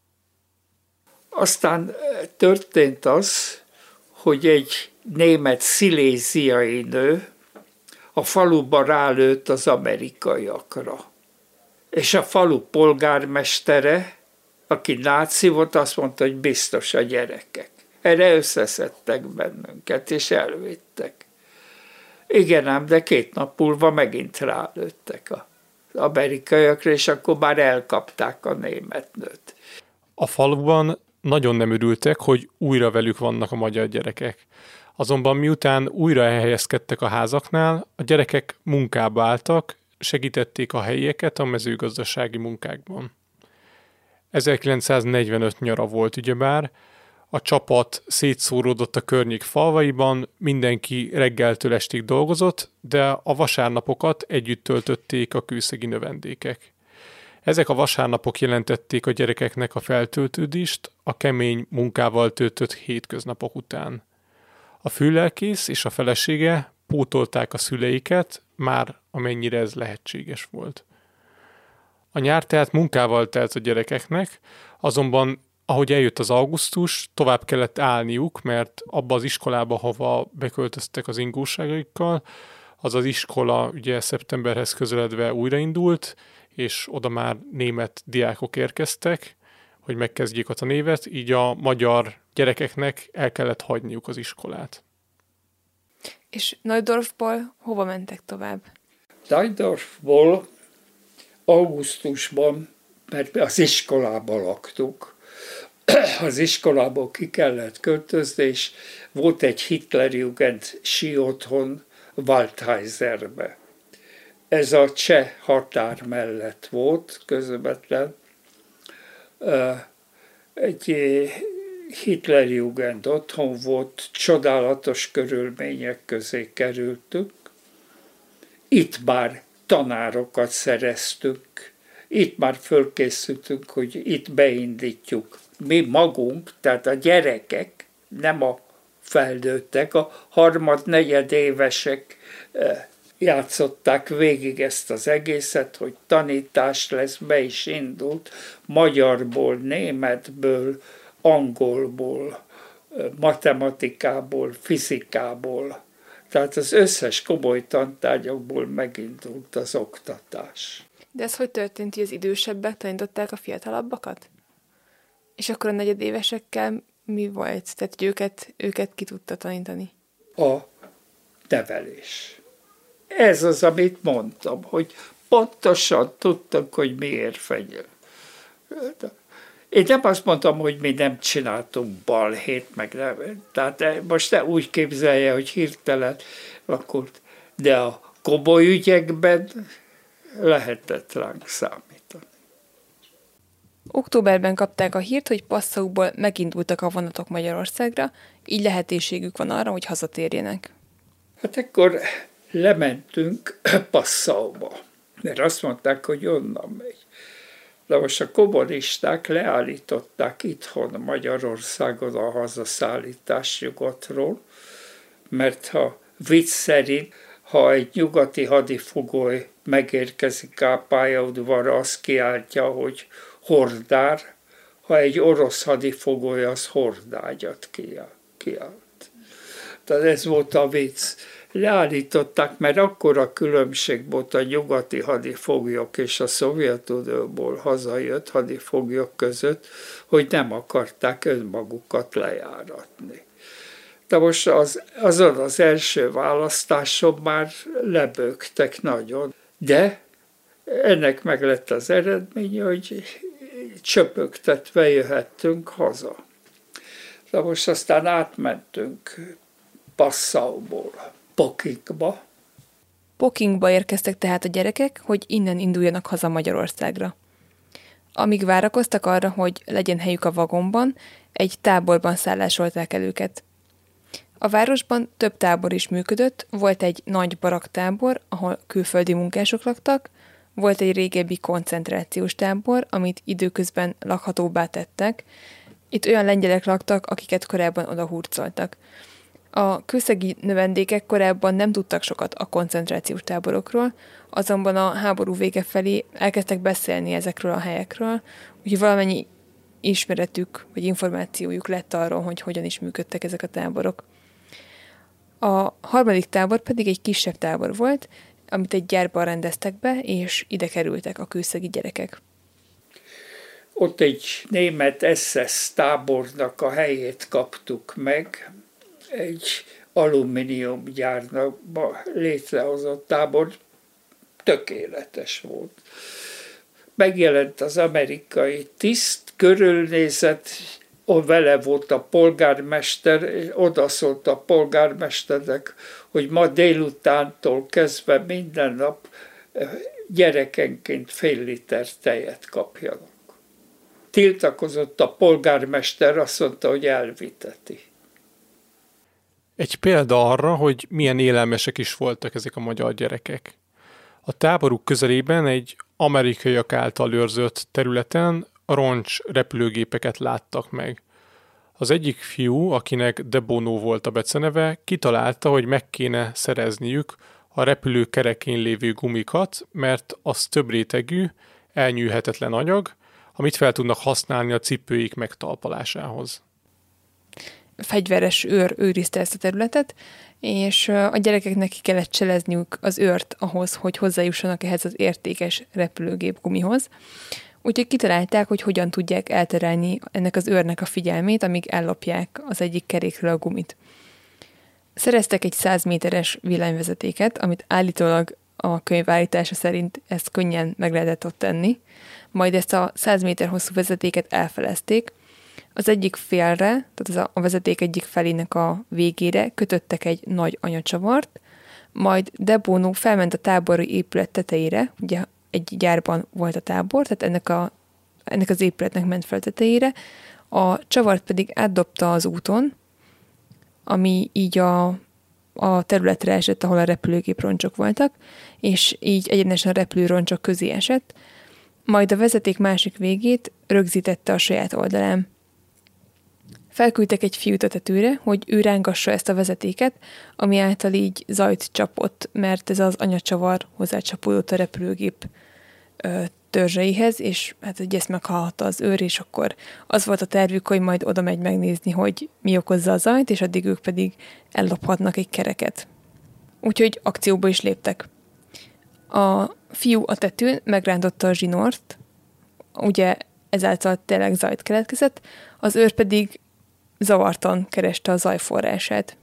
Aztán történt az, hogy egy német sziléziai nő a faluba rálőtt az amerikaiakra. És a falu polgármestere, aki náci volt, azt mondta, hogy biztos a gyerekek. Erre összeszedtek bennünket, és elvittek. Igen ám, de 2 nap múlva megint rálőttek az amerikaiakra, és akkor már elkapták a német nőt. A faluban nagyon nem örültek, hogy újra velük vannak a magyar gyerekek. Azonban miután újra elhelyezkedtek a házaknál, a gyerekek munkába álltak, segítették a helyieket a mezőgazdasági munkákban. 1945 nyara volt ugyebár, a csapat szétszóródott a környék falvaiban, mindenki reggeltől estig dolgozott, de a vasárnapokat együtt töltötték a kőszegi növendékek. Ezek a vasárnapok jelentették a gyerekeknek a feltöltődést a kemény munkával töltött hétköznapok után. A főlelkész és a felesége pótolták a szüleiket, már amennyire ez lehetséges volt. A nyár tehát munkával telt a gyerekeknek, azonban ahogy eljött az augusztus, tovább kellett állniuk, mert abba az iskolába, hova beköltöztek az ingóságaikkal, az az iskola ugye szeptemberhez közeledve újraindult, és oda már német diákok érkeztek, hogy megkezdjék a tanévet, így a magyar gyerekeknek el kellett hagyniuk az iskolát. És Neudorfból hova mentek tovább? Neudorfból augusztusban, mert az iskolában laktuk, az iskolából ki kellett költözni, és volt egy Hitlerjugend sí otthon Waldheiserbe. Ez a cseh határ mellett volt, közvetlen. Egy Hitlerjugend otthon volt, csodálatos körülmények közé kerültünk. Itt már tanárokat szereztünk, itt már fölkészültünk, hogy itt beindítjuk. Mi magunk, tehát a gyerekek, nem a felnőttek, a 3-4 évesek játszották végig ezt az egészet, hogy tanítás lesz, be is indult, magyarból, németből, angolból, matematikából, fizikából. Tehát az összes komoly tantárgyakból megindult az oktatás. De ez hogy történt, hogy az idősebbek tanították a fiatalabbakat? És akkor a negyedévesekkel mi volt? Tehát, hogy őket ki tudta tanítani? A nevelés. Ez az, amit mondtam, hogy pontosan tudtak, hogy miért fegyel. Én nem azt mondtam, hogy mi nem csináltunk balhét, meg nem. Tehát most ne úgy képzelje, hogy hirtelen lakult. De a komoly ügyekben lehetett ránk számítani. Októberben kapták a hírt, hogy Passaukból megindultak a vonatok Magyarországra, így lehetőségük van arra, hogy hazatérjenek. Hát akkor lementünk Passauba, mert azt mondták, hogy onnan megy. De most a kommunisták leállították itthon Magyarországon a hazaszállítás nyugatról, mert ha vicc szerint, ha egy nyugati hadifogoly megérkezik a pályaudvarra, azt kiáltja, hogy hordár, ha egy orosz hadifogoly, az hordágyat kiált. Tehát ez volt a vicc. Leállították, mert akkora különbség volt a nyugati hadifoglyok és a Szovjetunióból hazajött hadifoglyok között, hogy nem akarták önmagukat lejáratni. De most azon az első választáson már lebögtek nagyon, de ennek meg lett az eredménye, hogy csöpögtetve jöhettünk haza. De most aztán átmentünk Passauból Pokingba. Pokingba érkeztek tehát a gyerekek, hogy innen induljanak haza Magyarországra. Amíg várakoztak arra, hogy legyen helyük a vagonban, egy táborban szállásolták el őket. A városban több tábor is működött, volt egy nagy baraktábor, ahol külföldi munkások laktak, volt egy régebbi koncentrációs tábor, amit időközben lakhatóbbá tettek. Itt olyan lengyelek laktak, akiket korábban odahurcoltak. A kőszegi növendékek korábban nem tudtak sokat a koncentrációs táborokról, azonban a háború vége felé elkezdtek beszélni ezekről a helyekről, úgyhogy valamennyi ismeretük vagy információjuk lett arról, hogy hogyan is működtek ezek a táborok. A harmadik tábor pedig egy kisebb tábor volt, amit egy gyárban rendeztek be, és ide kerültek a kőszegi gyerekek. Ott egy német SS tábornak a helyét kaptuk meg, egy alumíniumgyárnak létrehozott tábor, tökéletes volt. Megjelent az amerikai tiszt, körülnézett, vele volt a polgármester, és odaszólt a polgármesternek, hogy ma délutántól kezdve minden nap gyerekenként fél liter tejet kapjanak. Tiltakozott a polgármester, azt mondta, hogy elviteti. Egy példa arra, hogy milyen élelmesek is voltak ezek a magyar gyerekek. A táboruk közelében egy amerikaiak által őrzött területen roncs repülőgépeket láttak meg. Az egyik fiú, akinek De Bono volt a beceneve, kitalálta, hogy meg kéne szerezniük a repülő kerekén lévő gumikat, mert az több rétegű, elnyűhetetlen anyag, amit fel tudnak használni a cipőik megtalpalásához. Fegyveres őr őrizte ezt a területet, és a gyerekeknek ki kellett cselezniük az őrt ahhoz, hogy hozzájussanak ehhez az értékes repülőgép gumihoz. Úgyhogy kitalálták, hogy hogyan tudják elterelni ennek az őrnek a figyelmét, amíg ellopják az egyik kerékről a gumit. Szereztek egy 100 méteres villanyvezetéket, amit állítólag a könyv állítása szerint ezt könnyen meg lehetett ott tenni, majd ezt a 100 méter hosszú vezetéket elfelezték. Az egyik félre, tehát a vezeték egyik felének a végére kötöttek egy nagy anyacsavart, majd De Bono felment a tábori épület tetejére, ugye egy gyárban volt a tábor, tehát ennek az épületnek ment fel tetejére, a csavart pedig átdobta az úton, ami így a területre esett, ahol a repülőgép roncsok voltak, és így egyenesen a repülőroncsok közé esett, majd a vezeték másik végét rögzítette a saját oldalán. Felküldtek egy fiút a tetőre, hogy ő rángassa ezt a vezetéket, ami által így zajt csapott, mert ez az anyacsavar hozzácsapódott a repülőgép törzseihez, és hát ugye ezt meghallhatta az őr, és akkor az volt a tervük, hogy majd oda megy megnézni, hogy mi okozza a zajt, és addig ők pedig ellophatnak egy kereket. Úgyhogy akcióba is léptek. A fiú a tetőn megrántotta a zsinort, ugye ezáltal tényleg zajt keletkezett, az őr pedig zavartan kereste a zajforrását.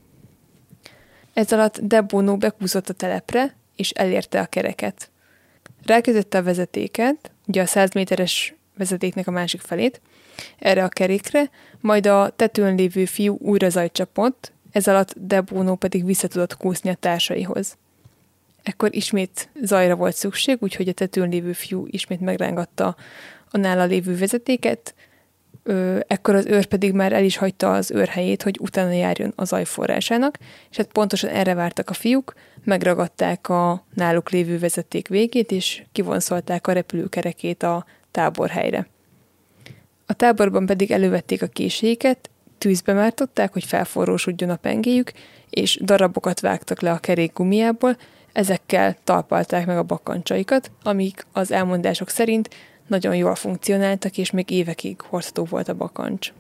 Ez alatt De Bono bekúszott a telepre, és elérte a kereket. Rákötötte a vezetéket, ugye a 100 méteres vezetéknek a másik felét, erre a kerékre, majd a tetőn lévő fiú újra zajt csapott, ez alatt De Bono pedig vissza tudott kúszni a társaihoz. Ekkor ismét zajra volt szükség, úgyhogy a tetőn lévő fiú ismét megrángatta a nála lévő vezetéket, ekkor az őr pedig már el is hagyta az őrhelyét, hogy utána járjon a zaj forrásának, és hát pontosan erre vártak a fiúk, megragadták a náluk lévő vezeték végét, és kivonszolták a repülőkerekét a táborhelyre. A táborban pedig elővették a késéiket, tűzbe mártották, hogy felforrósodjon a pengéjük, és darabokat vágtak le a kerék gumiából, ezekkel talpalták meg a bakkancsaikat, amik az elmondások szerint nagyon jól funkcionáltak, és még évekig hordható volt a bakancs.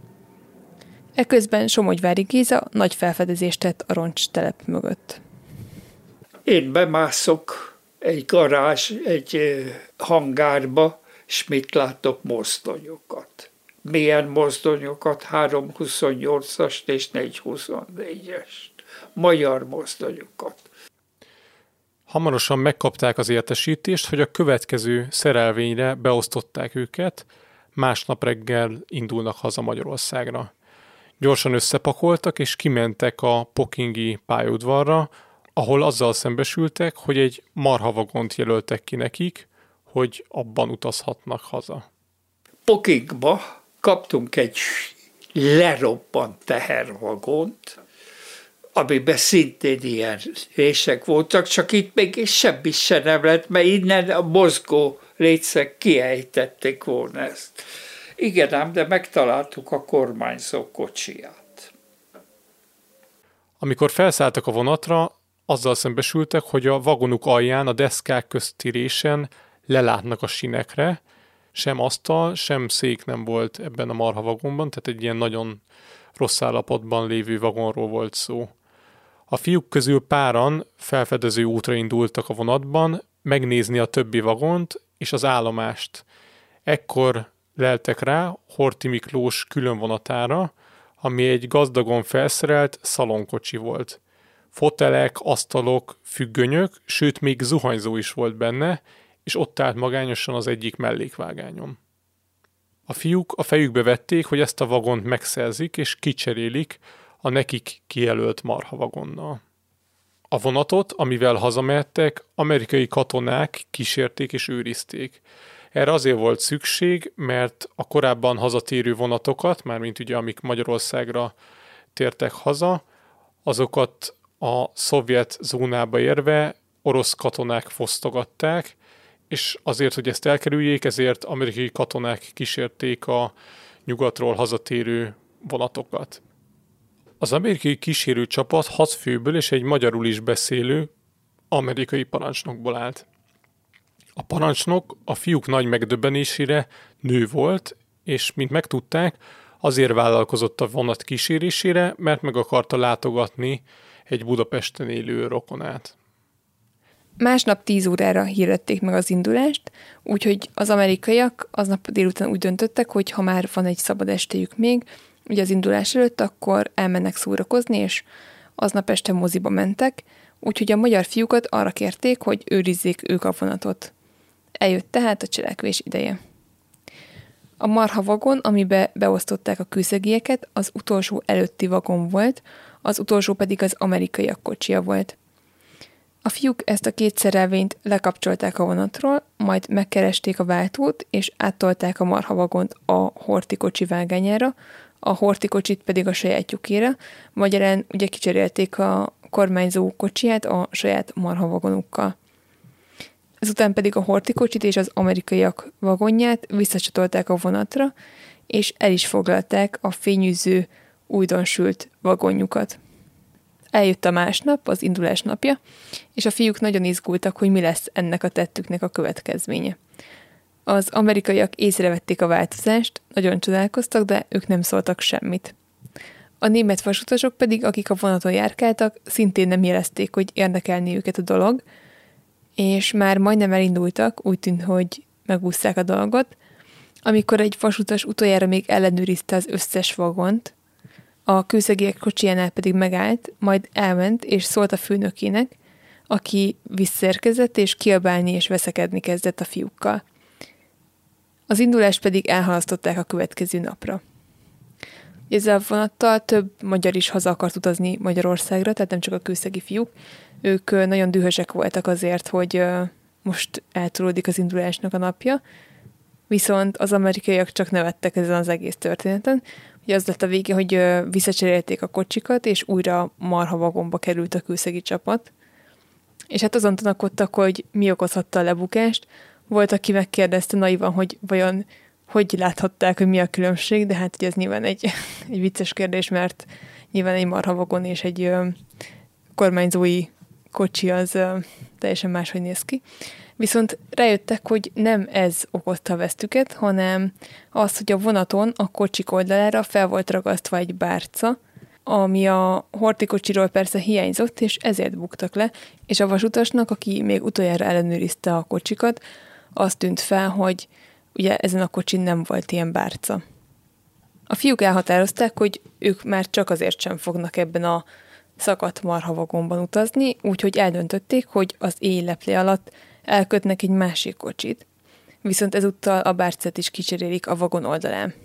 Eközben Somogyvári Géza nagy felfedezést tett a roncstelep mögött. Én bemászok egy garázs, egy hangárba, és mit látok? Mozdonyokat. Milyen mozdonyokat? 328-ast és 424-est. Magyar mozdonyokat. Hamarosan megkapták az értesítést, hogy a következő szerelvényre beosztották őket, másnap reggel indulnak haza Magyarországra. Gyorsan összepakoltak és kimentek a pokingi pályaudvarra, ahol azzal szembesültek, hogy egy marhavagont jelöltek ki nekik, hogy abban utazhatnak haza. Pokingba kaptunk egy lerobbant tehervagont, amiben szintén ilyen rések voltak, csak itt még semmi se nem lett, mert innen a mozgó lécek kiejtették volna ezt. Igen ám, de megtaláltuk a kormányzó kocsiját. Amikor felszálltak a vonatra, azzal szembesültek, hogy a vagonuk alján a deszkák közti résen lelátnak a sinekre, sem asztal, sem szék nem volt ebben a marhavagonban, tehát egy ilyen nagyon rossz állapotban lévő vagonról volt szó. A fiúk közül páran felfedező útra indultak a vonatban, megnézni a többi vagont és az állomást. Ekkor leltek rá Horthy Miklós külön vonatára, ami egy gazdagon felszerelt szalonkocsi volt. Fotelek, asztalok, függönyök, sőt még zuhanyzó is volt benne, és ott állt magányosan az egyik mellékvágányon. A fiúk a fejükbe vették, hogy ezt a vagont megszerzik és kicserélik a nekik kijelölt marhavagonnal. A vonatot, amivel hazamehettek, amerikai katonák kísérték és őrizték. Erre azért volt szükség, mert a korábban hazatérő vonatokat, mármint ugye amik Magyarországra tértek haza, azokat a szovjet zónába érve orosz katonák fosztogatták, és azért, hogy ezt elkerüljék, ezért amerikai katonák kísérték a nyugatról hazatérő vonatokat. Az amerikai kísérő csapat 6 főből és egy magyarul is beszélő amerikai parancsnokból állt. A parancsnok a fiúk nagy megdöbbenésére nő volt, és mint megtudták, azért vállalkozott a vonat kísérésére, mert meg akarta látogatni egy Budapesten élő rokonát. Másnap 10 órára hirdették meg az indulást, úgyhogy az amerikaiak aznap délután úgy döntöttek, hogy ha már van egy szabad estéjük még, ugye az indulás előtt, akkor elmennek szórakozni, és aznap este moziba mentek, úgyhogy a magyar fiúkat arra kérték, hogy őrizzék ők a vonatot. Eljött tehát a cselekvés ideje. A marha vagon, amibe beosztották a kőszegieket, az utolsó előtti vagon volt, az utolsó pedig az amerikaiak kocsija volt. A fiúk ezt a 2 szerelvényt lekapcsolták a vonatról, majd megkeresték a váltót, és áttolták a marhavagont a Horthy kocsi vágányára, a Horthy kocsit pedig a sajátjukére, magyarán ugye kicserélték a kormányzó kocsiját a saját marhavagonukkal. Ezután pedig a Horthy kocsit és az amerikaiak vagonját visszacsatolták a vonatra, és el is foglalták a fényűző, újdonsült vagonjukat. Eljött a másnap, az indulás napja, és a fiúk nagyon izgultak, hogy mi lesz ennek a tettüknek a következménye. Az amerikaiak észrevették a változást, nagyon csodálkoztak, de ők nem szóltak semmit. A német vasutasok pedig, akik a vonaton járkáltak, szintén nem jelezték, hogy érdekelni őket a dolog, és már majdnem elindultak, úgy tűnt, hogy megúszták a dolgot, amikor egy vasutas utoljára még ellenőrizte az összes vagont, a kőszegiek kocsijánál pedig megállt, majd elment és szólt a főnökének, aki visszaérkezett és kiabálni és veszekedni kezdett a fiúkkal. Az indulást pedig elhalasztották a következő napra. Ezzel a vonattal több magyar is haza akart utazni Magyarországra, tehát nem csak a kőszegi fiúk. Ők nagyon dühösek voltak azért, hogy most eltolódik az indulásnak a napja, viszont az amerikaiak csak nevettek ezen az egész történeten. Ugye az lett a vége, hogy visszacserélték a kocsikat, és újra marhavagomba került a kőszegi csapat. És hát azon tanakodtak, hogy mi okozhatta a lebukást. Volt, aki megkérdezte naivan, hogy vajon hogy láthatták, hogy mi a különbség, de hát ugye ez nyilván egy vicces kérdés, mert nyilván egy marhavagon és egy kormányzói kocsi az teljesen máshogy néz ki. Viszont rájöttek, hogy nem ez okozta a vesztüket, hanem az, hogy a vonaton a kocsik oldalára fel volt ragasztva egy bárca, ami a hortikocsiról persze hiányzott, és ezért buktak le, és a vasutasnak, aki még utoljára ellenőrizte a kocsikat, az tűnt fel, hogy ugye ezen a kocsin nem volt ilyen bárca. A fiúk elhatározták, hogy ők már csak azért sem fognak ebben a szakadt marhavagonban utazni, úgyhogy eldöntötték, hogy az éjleple alatt elkötnek egy másik kocsit, viszont ezúttal a bárcát is kicserélik a vagon oldalán.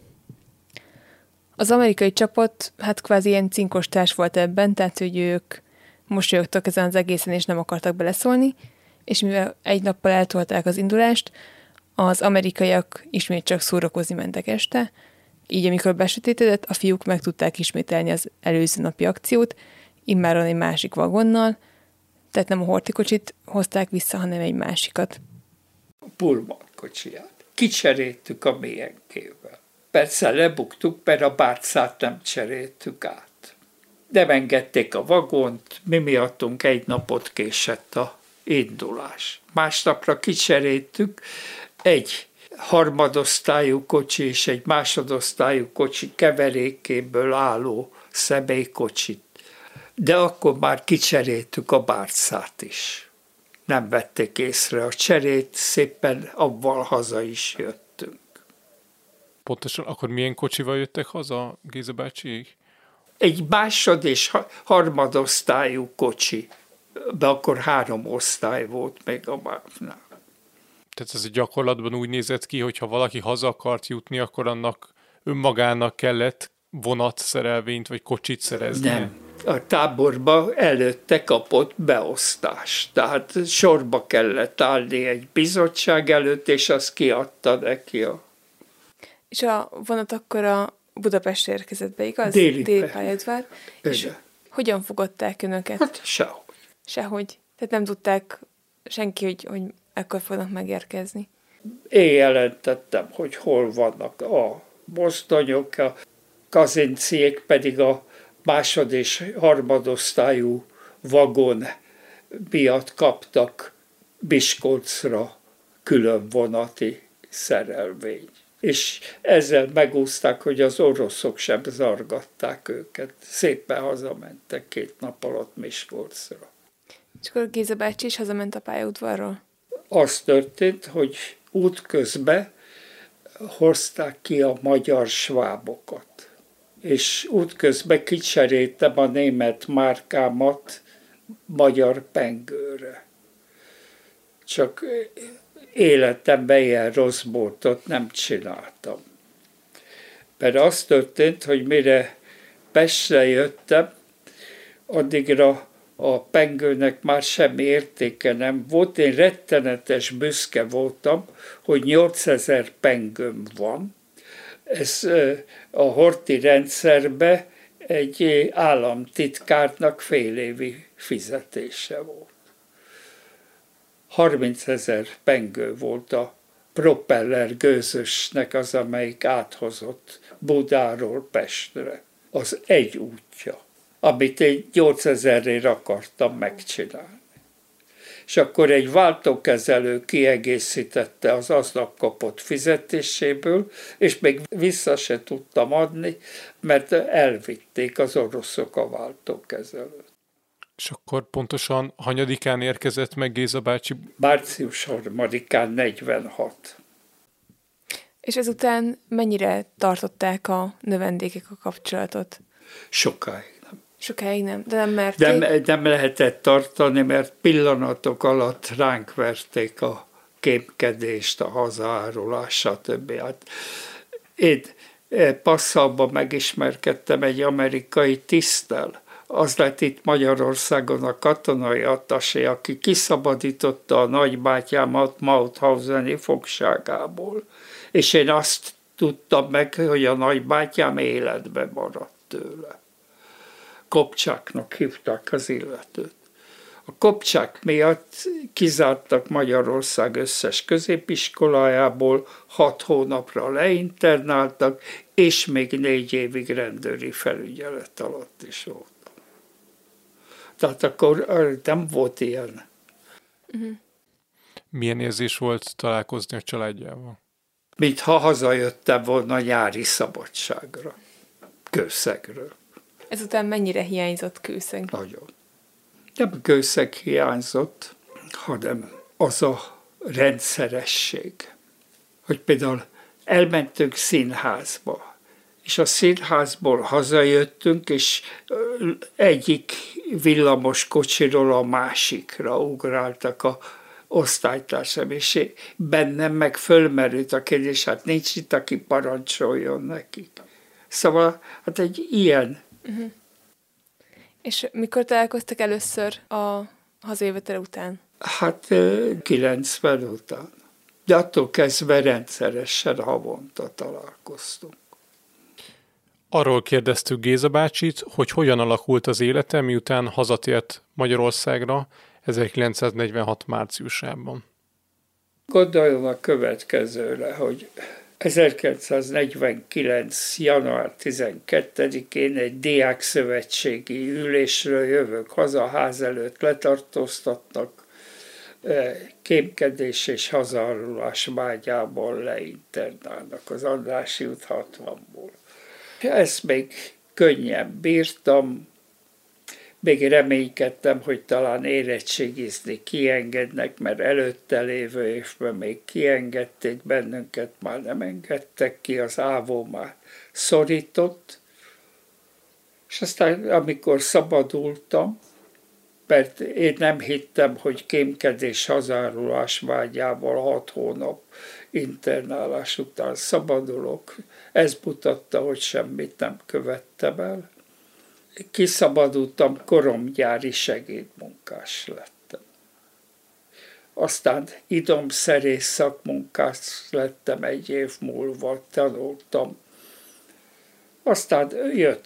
Az amerikai csapat hát kvázi ilyen cinkos társ volt ebben, tehát hogy ők mosolyogtak ezen az egészen, és nem akartak beleszólni, és mivel egy nappal eltolták az indulást, az amerikaiak ismét csak szórakozni mentek este, így amikor besötétedett, a fiúk meg tudták ismételni az előző napi akciót, immáron egy másik vagonnal, tehát nem a hortikocsit hozták vissza, hanem egy másikat. A Pullman kocsiját. Kicseréltük a milyenkével. Persze lebuktuk, mert a bárcát nem cseréltük át. Nem engedték a vagont, mi miattunk egy napot késett a indulás. Másnapra kicseréltük egy harmadosztályú kocsi és egy másodosztályú kocsi keverékéből álló személykocsit. De akkor már kicseréltük a bárcát is. Nem vették észre a cserét, szépen avval haza is jöttünk. Pontosan akkor milyen kocsival jöttek haza, Géza bácsiék? Egy másod- és harmadosztályú kocsi. De akkor 3 osztály volt még a MÁV-nál. Tehát ez gyakorlatban úgy nézett ki, hogy ha valaki haza akart jutni, akkor annak önmagának kellett vonatszerelvényt vagy kocsit szerezni. Nem. A táborba előtte kapott beosztást. Tehát sorba kellett állni egy bizottság előtt, és azt kiadta neki a... És a vonat akkor a Budapestre érkezett be, igaz? Déli pályaudvar. És hogyan fogadták önöket? Hát sehogy. Sehogy. Tehát nem tudták senki, hogy ekkor fognak megérkezni. Én jelentettem, hogy hol vannak a mozdonyok, a kazinciék pedig a másod- és harmadosztályú vagon miatt kaptak Miskolcra külön vonati szerelvényt. És ezzel megúszták, hogy az oroszok sem zargatták őket. Szépen hazamentek 2 nap alatt Miskolcra. És akkor Géza bácsi is hazament a pályaudvarról? Az történt, hogy útközben hozták ki a magyar svábokat. És útközben kicseréltem a német márkámat magyar pengőre. Csak életemben ilyen rossz boltot nem csináltam. Mert az történt, hogy mire Pestre jöttem, addigra a pengőnek már semmi értéke nem volt. Én rettenetes büszke voltam, hogy 8000 pengőm van. Ez a horti rendszerben egy államtitkárnak félévi fizetése volt. 30 000 pengő volt a propeller gőzösnek az, amelyik áthozott Budáról Pestre. Az egy útja, amit én 8000-ért akartam megcsinálni. És akkor egy váltókezelő kiegészítette az aznap kapott fizetéséből, és még vissza se tudtam adni, mert elvitték az oroszok a váltókezelőt. És akkor pontosan hanyadikán érkezett meg Géza bácsi? Március 3-án 46. És ezután mennyire tartották a növendékek a kapcsolatot? Sokáig nem. Sokáig nem, de nem merték? Nem lehetett tartani, mert pillanatok alatt ránk verték a kémkedést, a hazaárulás, stb. Hát én Passauban megismerkedtem egy amerikai tiszttel. Az lett itt Magyarországon a katonai attasé, aki kiszabadította a nagybátyámat Mauthauseni fogságából. És én azt tudtam meg, hogy a nagybátyám életben maradt tőle. Kopcsáknak hívták az illetőt. A kopcsák miatt kizártak Magyarország összes középiskolájából, 6 hónapra leinternáltak, és még 4 évig rendőri felügyelet alatt is voltam. Tehát akkor nem volt ilyen. Milyen érzés volt találkozni a családjával? Mintha hazajöttem volna nyári szabadságra, Kőszegről. Ezután mennyire hiányzott Kőszeg? Nagyon. Nem Kőszeg hiányzott, hanem az a rendszeresség, hogy például elmentünk színházba, és a színházból hazajöttünk, és egyik villamos kocsiról a másikra ugráltak a osztálytársam, és bennem meg fölmerült a kérdés, hát nincs itt, aki parancsoljon nekik. Szóval hát egy ilyen. És mikor találkoztak először a hazajövetel után? Hát 90 után. De attól kezdve rendszeresen havonta találkoztunk. Arról kérdeztük Géza bácsit, hogy hogyan alakult az élete, miután hazatért Magyarországra 1946 márciusában. Gondoljon a következőre, hogy 1949. január 12-én egy diákszövetségi ülésről jövök haza, ház előtt letartóztatnak, kémkedés és hazaárulás vágyából leinternálnak az Andrássy út 60-ból. Ezt még könnyen bírtam, még reménykedtem, hogy talán érettségizni kiengednek, mert előtte lévő évben még kiengedték bennünket, már nem engedtek ki, az ávó már szorított. És aztán, amikor szabadultam, mert én nem hittem, hogy kémkedés hazárulás vágyával 6 hónap internálás után szabadulok. Ez mutatta, hogy semmit nem követtem el. Kiszabadultam, koromgyári segédmunkás lettem. Aztán idomszerész szakmunkás lettem, 1 év múlva tanultam. Aztán jött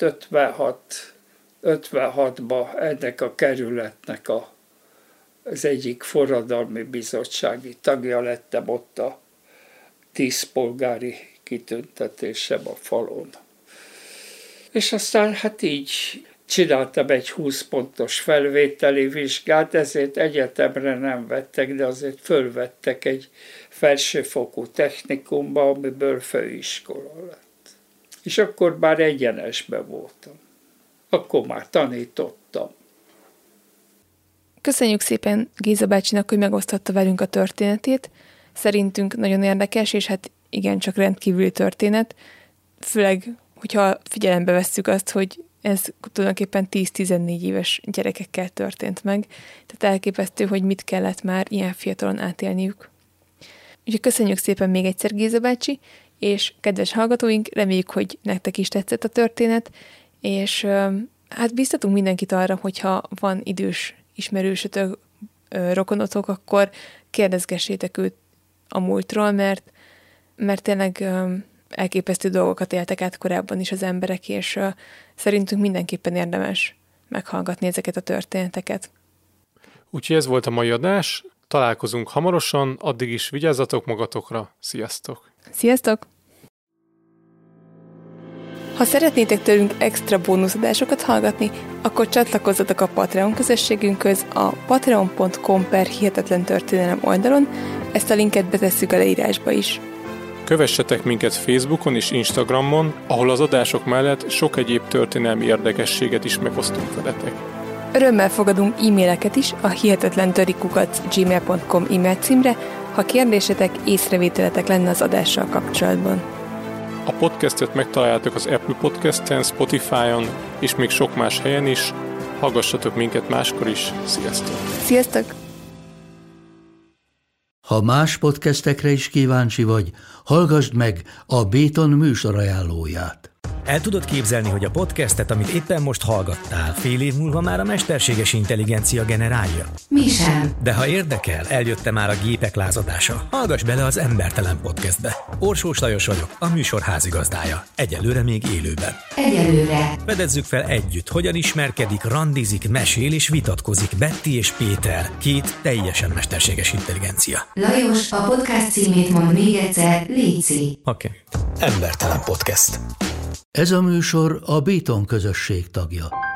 56-ba ennek a kerületnek az egyik forradalmi bizottsági tagja lettem, ott a 10 polgári kitüntetésem a falon. És aztán hát így csináltam egy 20 pontos felvételi vizsgát, ezért egyetemre nem vettek, de azért fölvettek egy felsőfokú technikumba, amiből főiskola lett. És akkor már egyenesben voltam. Akkor már tanítottam. Köszönjük szépen Géza bácsinak, hogy megosztotta velünk a történetét. Szerintünk nagyon érdekes, és hát igencsak rendkívüli történet. Főleg, hogyha figyelembe vesszük azt, hogy ez tulajdonképpen 10-14 éves gyerekekkel történt meg. Tehát elképesztő, hogy mit kellett már ilyen fiatalon átélniük. Úgyhogy köszönjük szépen még egyszer, Géza bácsi, és kedves hallgatóink, reméljük, hogy nektek is tetszett a történet, és hát biztatunk mindenkit arra, hogyha van idős ismerősötök, rokonotok, akkor kérdezgessétek őt a múltról, mert tényleg elképesztő dolgokat éltek át korábban is az emberek, és szerintünk mindenképpen érdemes meghallgatni ezeket a történeteket. Úgyhogy ez volt a mai adás, találkozunk hamarosan, addig is vigyázzatok magatokra, sziasztok! Sziasztok! Ha szeretnétek tőlünk extra bónuszadásokat hallgatni, akkor csatlakozzatok a Patreon közösségünkhöz a patreon.com/hihetetlentörténelem oldalon, ezt a linket betesszük a leírásba is. Kövessetek minket Facebookon és Instagramon, ahol az adások mellett sok egyéb történelmi érdekességet is megosztunk veletek. Örömmel fogadunk e-maileket is a hihetetlentörikukac@gmail.com e-mail címre, ha kérdésetek, észrevételetek lenne az adással kapcsolatban. A podcastet megtaláljátok az Apple Podcast-en, Spotify-on és még sok más helyen is. Hallgassatok minket máskor is. Sziasztok! Sziasztok! Ha más podcastekre is kíváncsi vagy, hallgassd meg a Béton műsor ajánlóját. El tudod képzelni, hogy a podcastet, amit éppen most hallgattál, fél év múlva már a mesterséges intelligencia generálja? Mi sem. De ha érdekel, eljött már a gépek lázadása. Hallgass bele az Embertelen Podcastbe. Orsós Lajos vagyok, a műsor házigazdája. Egyelőre még élőben. Egyelőre. Fedezzük fel együtt, hogyan ismerkedik, randizik, mesél és vitatkozik Betty és Péter, két teljesen mesterséges intelligencia. Lajos, a podcast címét mond még egyszer, léci. Oké. Embertelen Podcast. Ez a műsor a Béton közösség tagja.